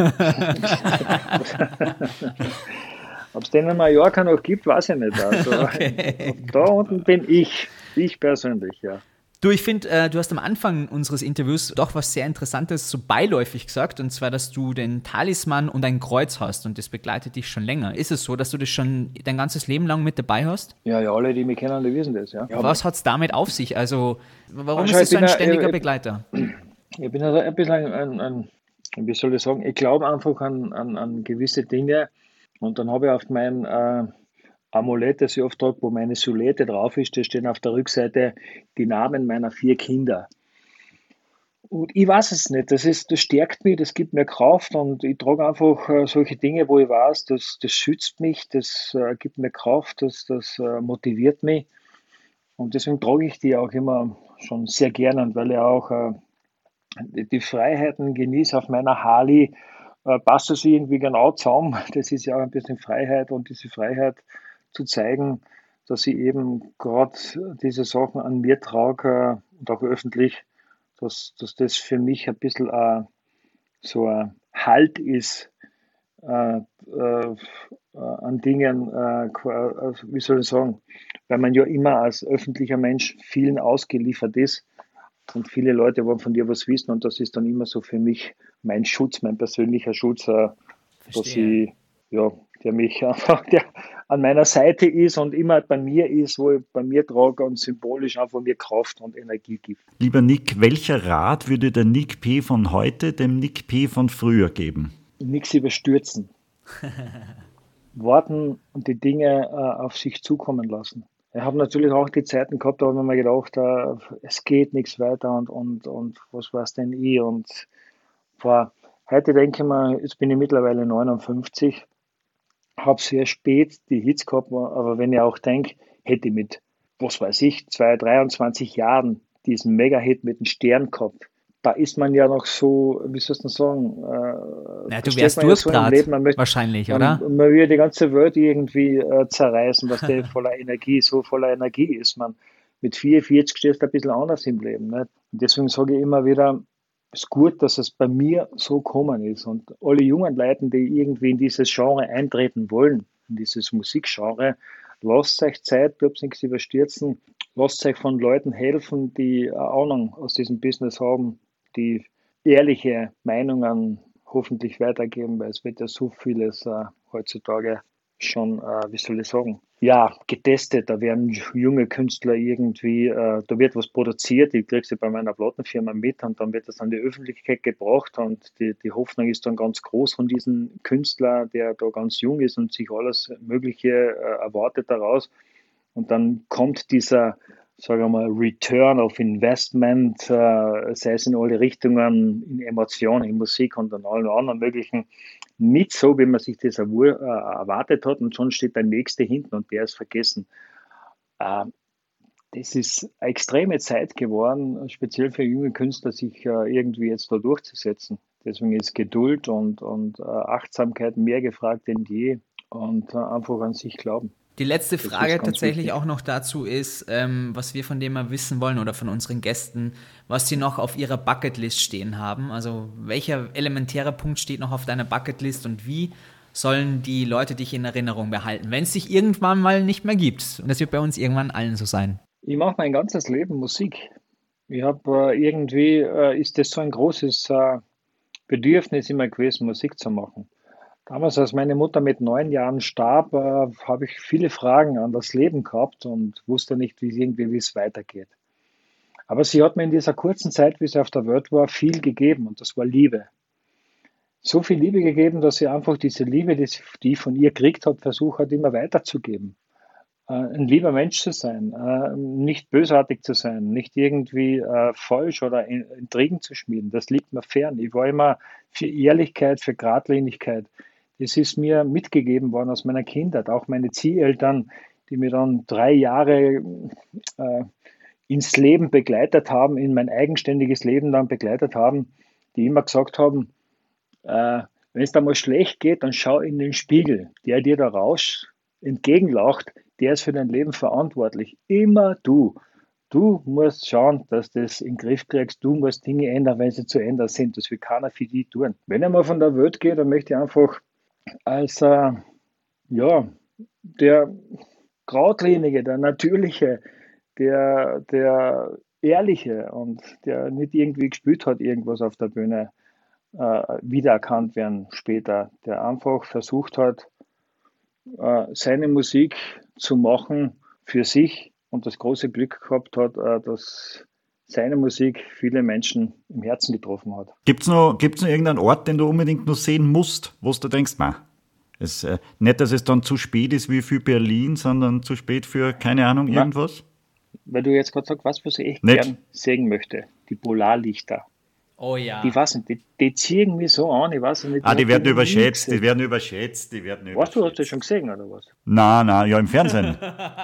Ob es den in Mallorca noch gibt, weiß ich nicht. Also, okay. Da unten bin ich, ich persönlich, ja. Du, ich finde, äh, du hast am Anfang unseres Interviews doch was sehr Interessantes so beiläufig gesagt, und zwar, dass du den Talisman und ein Kreuz hast und das begleitet dich schon länger. Ist es so, dass du das schon dein ganzes Leben lang mit dabei hast? Ja, ja, alle, die mich kennen, die wissen das, ja. ja was hat es damit auf sich? Also, warum ist es so ein ständiger ein, Begleiter? Ich bin also ein bisschen ein, ein, ein wie soll ich sagen, ich glaube einfach an, an, an gewisse Dinge und dann habe ich auf meinem äh, Amulett, das ich oft trage, wo meine Silhouette drauf ist, da stehen auf der Rückseite die Namen meiner vier Kinder. Und ich weiß es nicht, das, ist, das stärkt mich, das gibt mir Kraft und ich trage einfach äh, solche Dinge, wo ich weiß, das, das schützt mich, das äh, gibt mir Kraft, das, das äh, motiviert mich und deswegen trage ich die auch immer schon sehr gerne und weil ich auch äh, die, die Freiheiten genieße auf meiner Harley, äh, passt das irgendwie genau zusammen, das ist ja auch ein bisschen Freiheit und diese Freiheit zu zeigen, dass ich eben gerade diese Sachen an mir trage und auch öffentlich, dass, dass das für mich ein bisschen äh, so ein Halt ist äh, äh, an Dingen, äh, wie soll ich sagen, weil man ja immer als öffentlicher Mensch vielen ausgeliefert ist und viele Leute wollen von dir was wissen und das ist dann immer so für mich mein Schutz, mein persönlicher Schutz, äh, dass ich, ja, der mich einfach, der an meiner Seite ist und immer bei mir ist, wo ich bei mir trage und symbolisch einfach mir Kraft und Energie gibt. Lieber Nick, welcher Rat würde der Nick P. von heute dem Nick P. von früher geben? Nichts überstürzen. Warten und die Dinge äh, auf sich zukommen lassen. Ich habe natürlich auch die Zeiten gehabt, da habe ich mir gedacht, äh, es geht nichts weiter und, und, und was weiß denn ich. Und boah, heute denke ich mir, jetzt bin ich mittlerweile neunundfünfzig, habe sehr spät die Hits gehabt, aber wenn ich auch denke, hätte ich mit, was weiß ich, zwei, dreiundzwanzig Jahren diesen Mega-Hit mit dem Stern gehabt, da ist man ja noch so, wie soll ich denn sagen? Äh, ja, du wärst Durstdraht, so möchte, wahrscheinlich, oder? Man, man würde die ganze Welt irgendwie äh, zerreißen, dass der voller Energie, so voller Energie ist. Man mit vierundvierzig stehst du ein bisschen anders im Leben. Nicht? Und deswegen sage ich immer wieder, es ist gut, dass es bei mir so gekommen ist. Und alle jungen Leute, die irgendwie in dieses Genre eintreten wollen, in dieses Musikgenre, lasst euch Zeit, bleibt nichts überstürzen, lasst euch von Leuten helfen, die eine Ahnung aus diesem Business haben, die ehrliche Meinungen hoffentlich weitergeben, weil es wird ja so vieles äh, heutzutage schon, äh, wie soll ich sagen, ja, getestet. Da werden junge Künstler irgendwie, äh, da wird was produziert, ich kriege sie bei meiner Plattenfirma mit und dann wird das an die Öffentlichkeit gebracht und die, die Hoffnung ist dann ganz groß von diesem Künstler, der da ganz jung ist und sich alles Mögliche äh, erwartet daraus. Und dann kommt dieser, sagen wir mal, Return of Investment, äh, sei es in alle Richtungen, in Emotionen, in Musik und an allen anderen möglichen nicht so, wie man sich das erwur- äh, erwartet hat und schon steht der Nächste hinten und der ist vergessen. Äh, Das ist eine extreme Zeit geworden, speziell für junge Künstler, sich äh, irgendwie jetzt da durchzusetzen. Deswegen ist Geduld und, und äh, Achtsamkeit mehr gefragt denn je und äh, einfach an sich glauben. Die letzte Das ist Frage ganz tatsächlich wichtig. auch noch dazu ist, ähm, was wir von dem mal wissen wollen oder von unseren Gästen, was sie noch auf ihrer Bucketlist stehen haben. Also welcher elementäre Punkt steht noch auf deiner Bucketlist und wie sollen die Leute dich in Erinnerung behalten, wenn es dich irgendwann mal nicht mehr gibt? Und das wird bei uns irgendwann allen so sein. Ich mache mein ganzes Leben Musik. Ich habe äh, irgendwie, äh, ist das so ein großes äh, Bedürfnis immer gewesen, Musik zu machen. Damals, als meine Mutter mit neun Jahren starb, äh, habe ich viele Fragen an das Leben gehabt und wusste nicht, wie irgendwie, wie es weitergeht. Aber sie hat mir in dieser kurzen Zeit, wie sie auf der Welt war, viel gegeben und das war Liebe. So viel Liebe gegeben, dass sie einfach diese Liebe, die, sie- die ich von ihr gekriegt habe, versucht hat, immer weiterzugeben. Äh, ein lieber Mensch zu sein, äh, nicht bösartig zu sein, nicht irgendwie äh, falsch oder in, Intrigen zu schmieden. Das liegt mir fern. Ich war immer für Ehrlichkeit, für Geradlinigkeit. Das ist mir mitgegeben worden aus meiner Kindheit. Auch meine Zieheltern, die mir dann drei Jahre äh, ins Leben begleitet haben, in mein eigenständiges Leben dann begleitet haben, die immer gesagt haben, äh, wenn es da mal schlecht geht, dann schau in den Spiegel. Der dir da raus entgegenlacht, der ist für dein Leben verantwortlich. Immer du. Du musst schauen, dass du das in den Griff kriegst. Du musst Dinge ändern, wenn sie zu ändern sind. Das will keiner für dich tun. Wenn ich mal von der Welt gehe, dann möchte ich einfach als äh, ja, der Geradlinige, der Natürliche, der, der Ehrliche und der nicht irgendwie gespielt hat, irgendwas auf der Bühne, äh, wiedererkannt werden später, der einfach versucht hat, äh, seine Musik zu machen für sich und das große Glück gehabt hat, äh, dass seine Musik viele Menschen im Herzen getroffen hat. Gibt es noch, gibt's noch irgendeinen Ort, den du unbedingt noch sehen musst, wo du denkst, ma, es, äh, nicht, dass es dann zu spät ist wie für Berlin, sondern zu spät für, keine Ahnung, Na, irgendwas? weil du jetzt gerade sagst, was, was ich echt Nicht? gern sehen möchte, die Polarlichter. Oh ja. Die, weiß nicht, die, die ziehen mich so an, ich weiß nicht. Ah, ich die hab werden noch nie überschätzt, die gesehen. werden überschätzt, die werden überschätzt. Weißt du, hast du das schon gesehen oder was? Na, na, ja, im Fernsehen.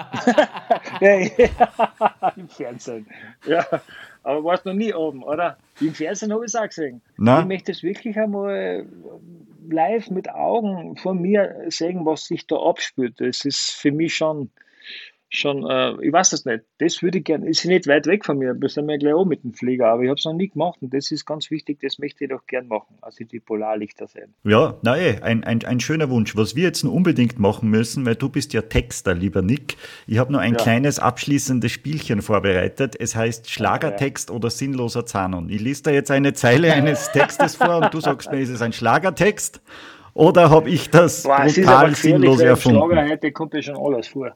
Ja, ja, im Fernsehen. Ja, aber warst noch nie oben, oder? Im Fernsehen habe ich es auch gesehen. Na? Ich möchte es wirklich einmal live mit Augen von mir sehen, was sich da abspielt. Das ist für mich schon, schon äh, ich weiß es nicht. Das würde ich gerne, ist nicht weit weg von mir, wir sind ja gleich oben mit dem Flieger, aber ich habe es noch nie gemacht und das ist ganz wichtig, das möchte ich doch gern machen, also die Polarlichter sehen. Ja, na eh, ein, ein, ein schöner Wunsch. Was wir jetzt noch unbedingt machen müssen, weil du bist ja Texter, lieber Nick. Ich habe noch ein Ja. kleines abschließendes Spielchen vorbereitet. Es heißt Schlagertext oder sinnloser Zanon. Ich lese da jetzt eine Zeile eines Textes vor und du sagst mir, ist es ein Schlagertext oder habe ich das Boah, es ist brutal aber gefährlich, sinnlos weil im erfunden? Schlager heute kommt ja schon alles vor.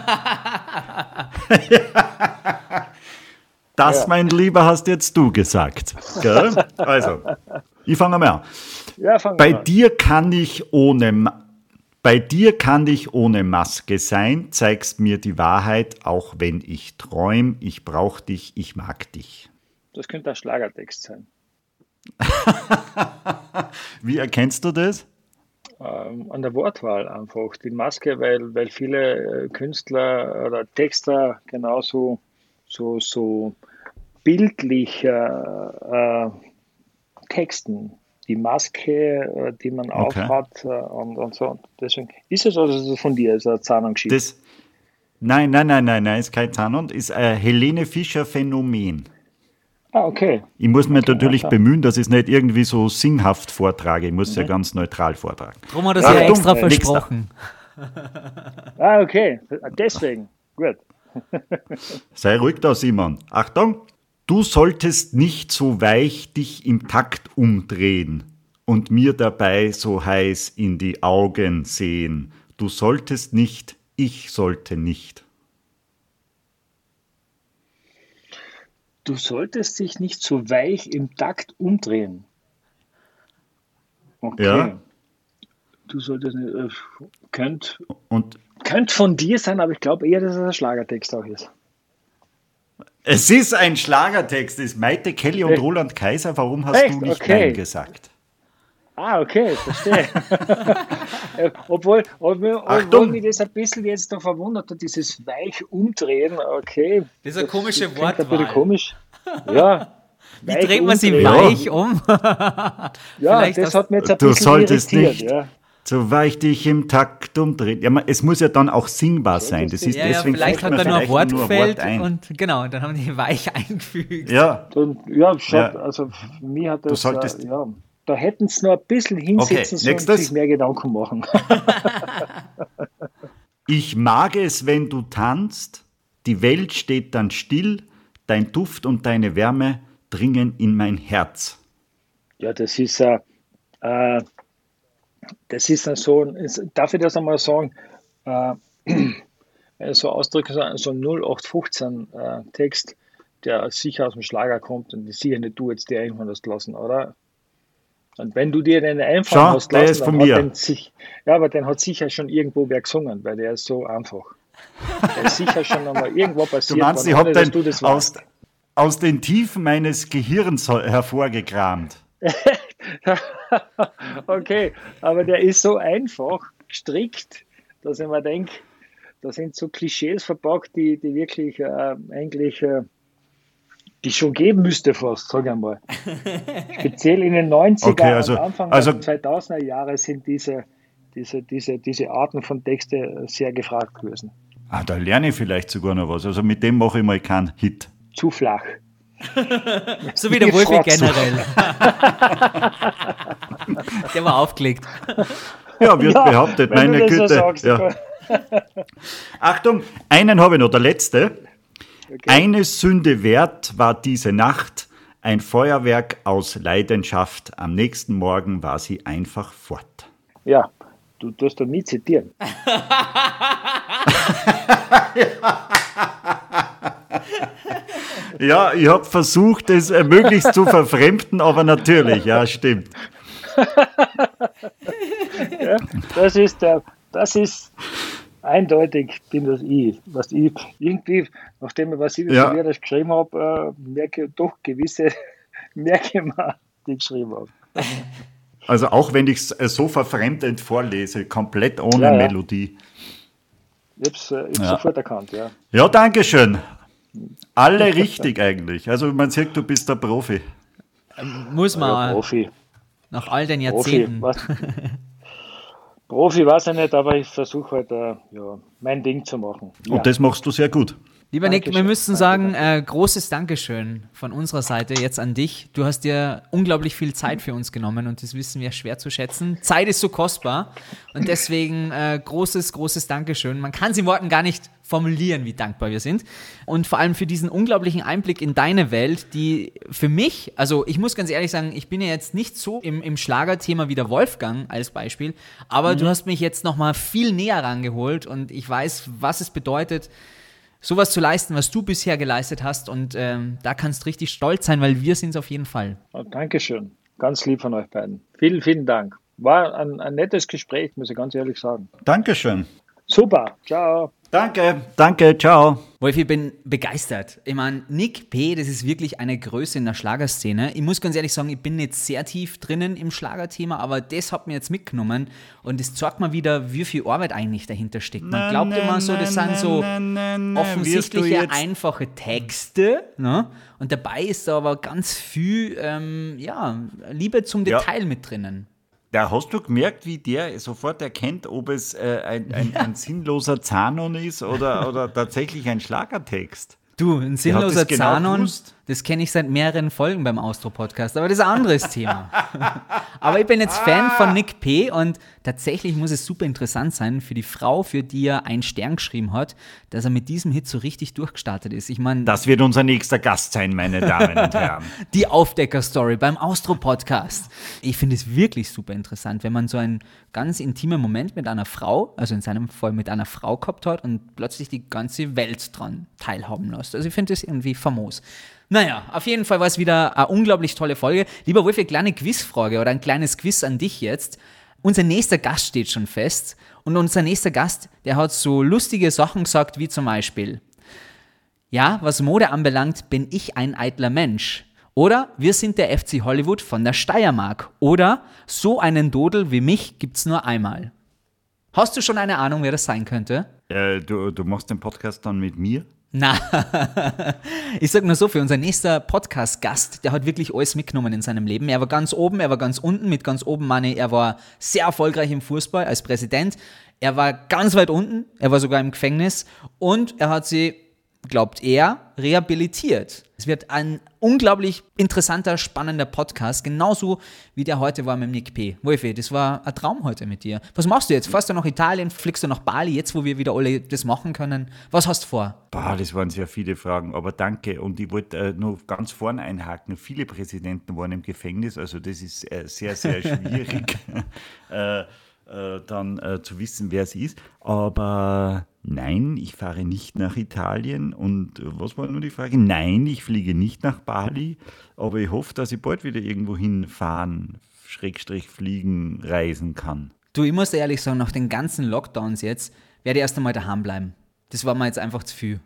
Das, Ja. mein Lieber, hast jetzt du gesagt. Gell? Also, ich fange mal an. Ja, fangen Bei wir an. dir kann ich ohne Ma- Bei dir kann ich ohne Maske sein, zeigst mir die Wahrheit, auch wenn ich träum, ich brauch dich, ich mag dich. Das könnte ein Schlagertext sein. Wie erkennst du das? Ähm, an der Wortwahl einfach. Die Maske, weil, weil viele äh, Künstler oder Texter genauso so, so bildlich äh, äh, texten. Die Maske, äh, die man Okay. aufhat äh, und, und so. Und deswegen ist es also von dir, ist eine Zahnungsgeschichte. Das nein, nein, nein, nein, nein, ist kein Zahnhund, ist ein Helene Fischer Phänomen. Ah, okay. Ich muss mich natürlich aha. bemühen, dass ich es nicht irgendwie so singhaft vortrage. Ich muss es ja ganz neutral vortragen. Drum hat er sich ja Achtung, extra nächster. versprochen. Ah, okay. Deswegen. Gut. Sei ruhig da, Simon. Achtung! Du solltest nicht so weich dich im Takt umdrehen und mir dabei so heiß in die Augen sehen. Du solltest nicht, ich sollte nicht. Du solltest dich nicht so weich im Takt umdrehen. Okay. Ja. Du solltest nicht, äh, könnt, Und könnt von dir sein, aber ich glaube eher, dass es ein Schlagertext auch ist. es ist ein Schlagertext, es ist Maite Kelly und Echt? Roland Kaiser. Warum hast Echt? du nicht Okay. Nein gesagt? Ah, okay, verstehe. obwohl, obwohl, obwohl mich das ein bisschen jetzt noch verwundert hat, dieses weich umdrehen, okay. Das ist eine komische das klingt ein bisschen Wortwahl. komisch. Ja. Wie dreht man sie umdrehen. weich um? Ja, Vielleicht das das- hat mir jetzt ein Du bisschen solltest irritiert. nicht Ja. so weich dich im Takt umdrehen. Ja, man, es muss ja dann auch singbar sein. Das ist Ja, ja, deswegen vielleicht fällt hat mir er nur ein vielleicht Wort nur ein gefällt Wort ein. und genau, dann haben die weich eingefügt. Ja, Und, ja, schaut, Ja. also für mich hat Du das, solltest- äh, ja, da hätten sie noch ein bisschen hinsetzen Okay, sollen und nächstes. sich mehr Gedanken machen. ich mag es, wenn du tanzt. Die Welt steht dann still. Dein Duft und deine Wärme dringen in mein Herz. Ja, das ist, äh, äh, das ist dann so, ist, darf ich das einmal sagen, äh, so Ausdrücke, so so ein null acht fünfzehn äh, Text, der sicher aus dem Schlager kommt und sicher nicht du jetzt dir irgendwann hast lassen, oder? Und wenn du dir den einfallen Schau, hast der lassen, ist von dann mir. hat den sich, ja, aber den hat sicher schon irgendwo wer gesungen, weil der ist so einfach. Der ist sicher schon einmal irgendwo Du passiert, meinst, worden, ich habe ohne dass den du das aus, weißt. aus den Tiefen meines Gehirns hervorgekramt. Okay, aber der ist so einfach gestrickt, dass ich mir denke, da sind so Klischees verpackt, die, die wirklich äh, eigentlich äh, die schon geben müsste fast, sag ich einmal. Speziell in den neunziger Okay, also- und Anfang also- der zweitausender Jahre sind diese, diese, diese, diese Arten von Texte sehr gefragt gewesen. Ah, da lerne ich vielleicht sogar noch was. Also mit dem mache ich mal keinen Hit. Zu flach. So wie der Die Wolfi Fratze. generell. Der war aufgelegt. Ja, wird Ja, behauptet, wenn meine du das so Güte. sagst. Ja. Achtung, einen habe ich noch, der letzte. Eine Sünde wert war diese Nacht, ein Feuerwerk aus Leidenschaft. Am nächsten Morgen war sie einfach fort. Ja, du tust doch nie zitieren. Ja, ich habe versucht, es äh, möglichst zu verfremden, aber natürlich, ja, stimmt. Ja, das ist der, das ist eindeutig, bin das ich. Was ich irgendwie, nachdem ich was ich Ja. ja. das geschrieben habe, äh, merke ich doch gewisse Merkmale, die ich geschrieben habe. Also auch wenn ich es äh, so verfremdend vorlese, komplett ohne Ja, ja. Melodie. Ich habe es äh, ich hab's Ja. sofort erkannt, ja. Ja, danke schön. Alle richtig eigentlich. Also man sieht, du bist der Profi. Muss ja man Profi. nach all den Profi, Jahrzehnten. was, Profi weiß ich nicht, aber ich versuche halt äh, ja, mein Ding zu machen. Ja. Und das machst du sehr gut. Lieber Nick, wir Dankeschön. müssen Danke, sagen, äh, großes Dankeschön von unserer Seite jetzt an dich. Du hast dir unglaublich viel Zeit für uns genommen und das wissen wir schwer zu schätzen. Zeit ist so kostbar und deswegen äh, großes, großes Dankeschön. Man kann es in Worten gar nicht formulieren, wie dankbar wir sind. Und vor allem für diesen unglaublichen Einblick in deine Welt, die für mich, also ich muss ganz ehrlich sagen, ich bin ja jetzt nicht so im, im Schlagerthema wie der Wolfgang als Beispiel, aber Mhm. du hast mich jetzt nochmal viel näher rangeholt und ich weiß, was es bedeutet, sowas zu leisten, was du bisher geleistet hast und ähm, da kannst du richtig stolz sein, weil wir sind es auf jeden Fall. Oh, Dankeschön. Ganz lieb von euch beiden. Vielen, vielen Dank. War ein, ein nettes Gespräch, muss ich ganz ehrlich sagen. Dankeschön. Super. Ciao. Danke, danke, ciao. Wolf, ich bin begeistert. Ich meine, Nick P., das ist wirklich eine Größe in der Schlagerszene. Ich muss ganz ehrlich sagen, ich bin nicht sehr tief drinnen im Schlagerthema, aber das hat mir jetzt mitgenommen und es zeigt mir wieder, wie viel Arbeit eigentlich dahinter steckt. Man glaubt immer so, das sind so offensichtliche, einfache Texte, ne? Und dabei ist da aber ganz viel ähm, ja, Liebe zum Ja. Detail mit drinnen. Da hast du gemerkt, wie der sofort erkennt, ob es äh, ein, ein, ein sinnloser Zanon ist oder, oder tatsächlich ein Schlagertext. Du, ein sinnloser das genau Zanon, gewusst. das kenne ich seit mehreren Folgen beim Austro-Podcast, aber das ist ein anderes Thema. Aber ich bin jetzt Fan von Nick P. und tatsächlich muss es super interessant sein für die Frau, für die er einen Stern geschrieben hat, dass er mit diesem Hit so richtig durchgestartet ist. Ich meine, Das wird unser nächster Gast sein, meine Damen und Herren. die Aufdecker-Story beim Austro-Podcast. Ich finde es wirklich super interessant, wenn man so einen ganz intimen Moment mit einer Frau, also in seinem Fall mit einer Frau gehabt hat und plötzlich die ganze Welt dran teilhaben lässt. Also ich finde das irgendwie famos. Naja, auf jeden Fall war es wieder eine unglaublich tolle Folge. Lieber Wolf, eine kleine Quizfrage oder ein kleines Quiz an dich jetzt. Unser nächster Gast steht schon fest und unser nächster Gast, der hat so lustige Sachen gesagt, wie zum Beispiel: Ja, was Mode anbelangt, bin ich ein eitler Mensch. Oder wir sind der F C Hollywood von der Steiermark. Oder so einen Dodel wie mich gibt's nur einmal. Hast du schon eine Ahnung, wer das sein könnte? Äh, du, du machst den Podcast dann mit mir? Na, ich sag nur so, für unser nächster Podcast-Gast, der hat wirklich alles mitgenommen in seinem Leben. Er war ganz oben, er war ganz unten. Mit ganz oben meine ich, er war sehr erfolgreich im Fußball als Präsident. Er war ganz weit unten, er war sogar im Gefängnis und er hat sie, glaubt er, rehabilitiert. Es wird ein unglaublich interessanter, spannender Podcast, genauso wie der heute war mit Nick P. Wolfi, das war ein Traum heute mit dir. Was machst du jetzt? Fährst du nach Italien, fliegst du nach Bali, jetzt wo wir wieder alle das machen können? Was hast du vor? Boah, das waren sehr viele Fragen, aber danke. Und ich wollte äh, nur ganz vorne einhaken. Viele Präsidenten waren im Gefängnis, also das ist äh, sehr, sehr schwierig. äh, dann äh, zu wissen, wer es ist. Aber nein, ich fahre nicht nach Italien. Und äh, was war nur die Frage? Nein, ich fliege nicht nach Bali. Aber ich hoffe, dass ich bald wieder irgendwo hinfahren, Schrägstrich fliegen, reisen kann. Du, ich muss ehrlich sagen, nach den ganzen Lockdowns jetzt, werde ich erst einmal daheim bleiben. Das war mir jetzt einfach zu viel.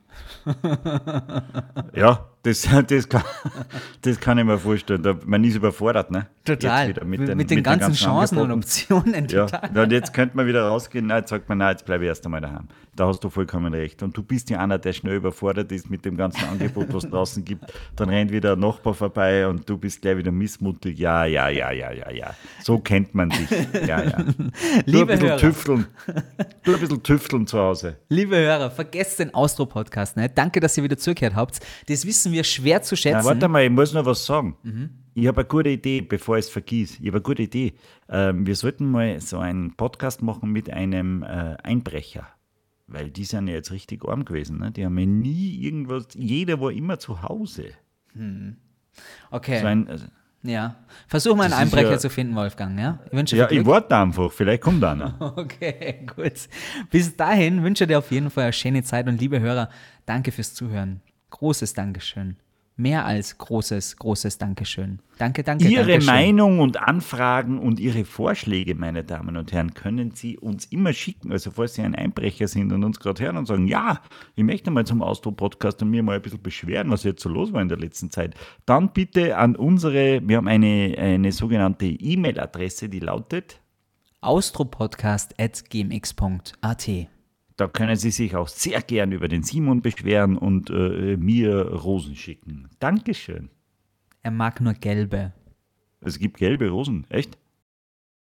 Ja, das, das, kann, das kann ich mir vorstellen. Da, man ist überfordert, ne? Total. Mit, den, den, mit den mit den ganzen, ganzen Chancen Angeboten. und Optionen. Total. Ja, und jetzt könnte man wieder rausgehen. Nein, jetzt sagt man, nein, jetzt bleibe ich erst einmal daheim. Da hast du vollkommen recht. Und du bist ja einer, der schnell überfordert ist mit dem ganzen Angebot, was es draußen gibt. Dann rennt wieder ein Nachbar vorbei und du bist gleich wieder missmutig. Ja, ja, ja, ja, ja, ja. So kennt man dich. Ja, ja. Liebe Du ein bisschen Hörer. tüfteln. Du ein bisschen tüfteln zu Hause. Liebe Hörer, vergesst den Austro-Podcast nicht. Danke, dass ihr wieder zugehört habt. Das wissen wir schwer zu schätzen. Ja, warte mal, ich muss noch was sagen. Mhm. Ich habe eine gute Idee, bevor ich es vergieße. Ich habe eine gute Idee. Ähm, wir sollten mal so einen Podcast machen mit einem äh, Einbrecher. Weil die sind ja jetzt richtig arm gewesen. Ne? Die haben ja nie irgendwas, jeder war immer zu Hause. Okay, So ein, also, ja. Versuch mal einen Das ist Einbrecher ja- zu finden, Wolfgang. Ja, ich wünsche ja, viel ich Glück. warte einfach, vielleicht kommt einer. Okay, gut. Bis dahin wünsche ich dir auf jeden Fall eine schöne Zeit und liebe Hörer, danke fürs Zuhören. Großes Dankeschön. Mehr als großes, großes Dankeschön. Danke, danke, Ihre Dankeschön. Meinung und Anfragen und Ihre Vorschläge, meine Damen und Herren, können Sie uns immer schicken. Also falls Sie ein Einbrecher sind und uns gerade hören und sagen, ja, ich möchte mal zum Austro-Podcast und mir mal ein bisschen beschweren, was jetzt so los war in der letzten Zeit, dann bitte an unsere, wir haben eine, eine sogenannte E-Mail-Adresse, die lautet, austropodcast at gmx punkt at. da können Sie sich auch sehr gern über den Simon beschweren und äh, mir Rosen schicken. Dankeschön. Er mag nur gelbe. Es gibt gelbe Rosen, echt?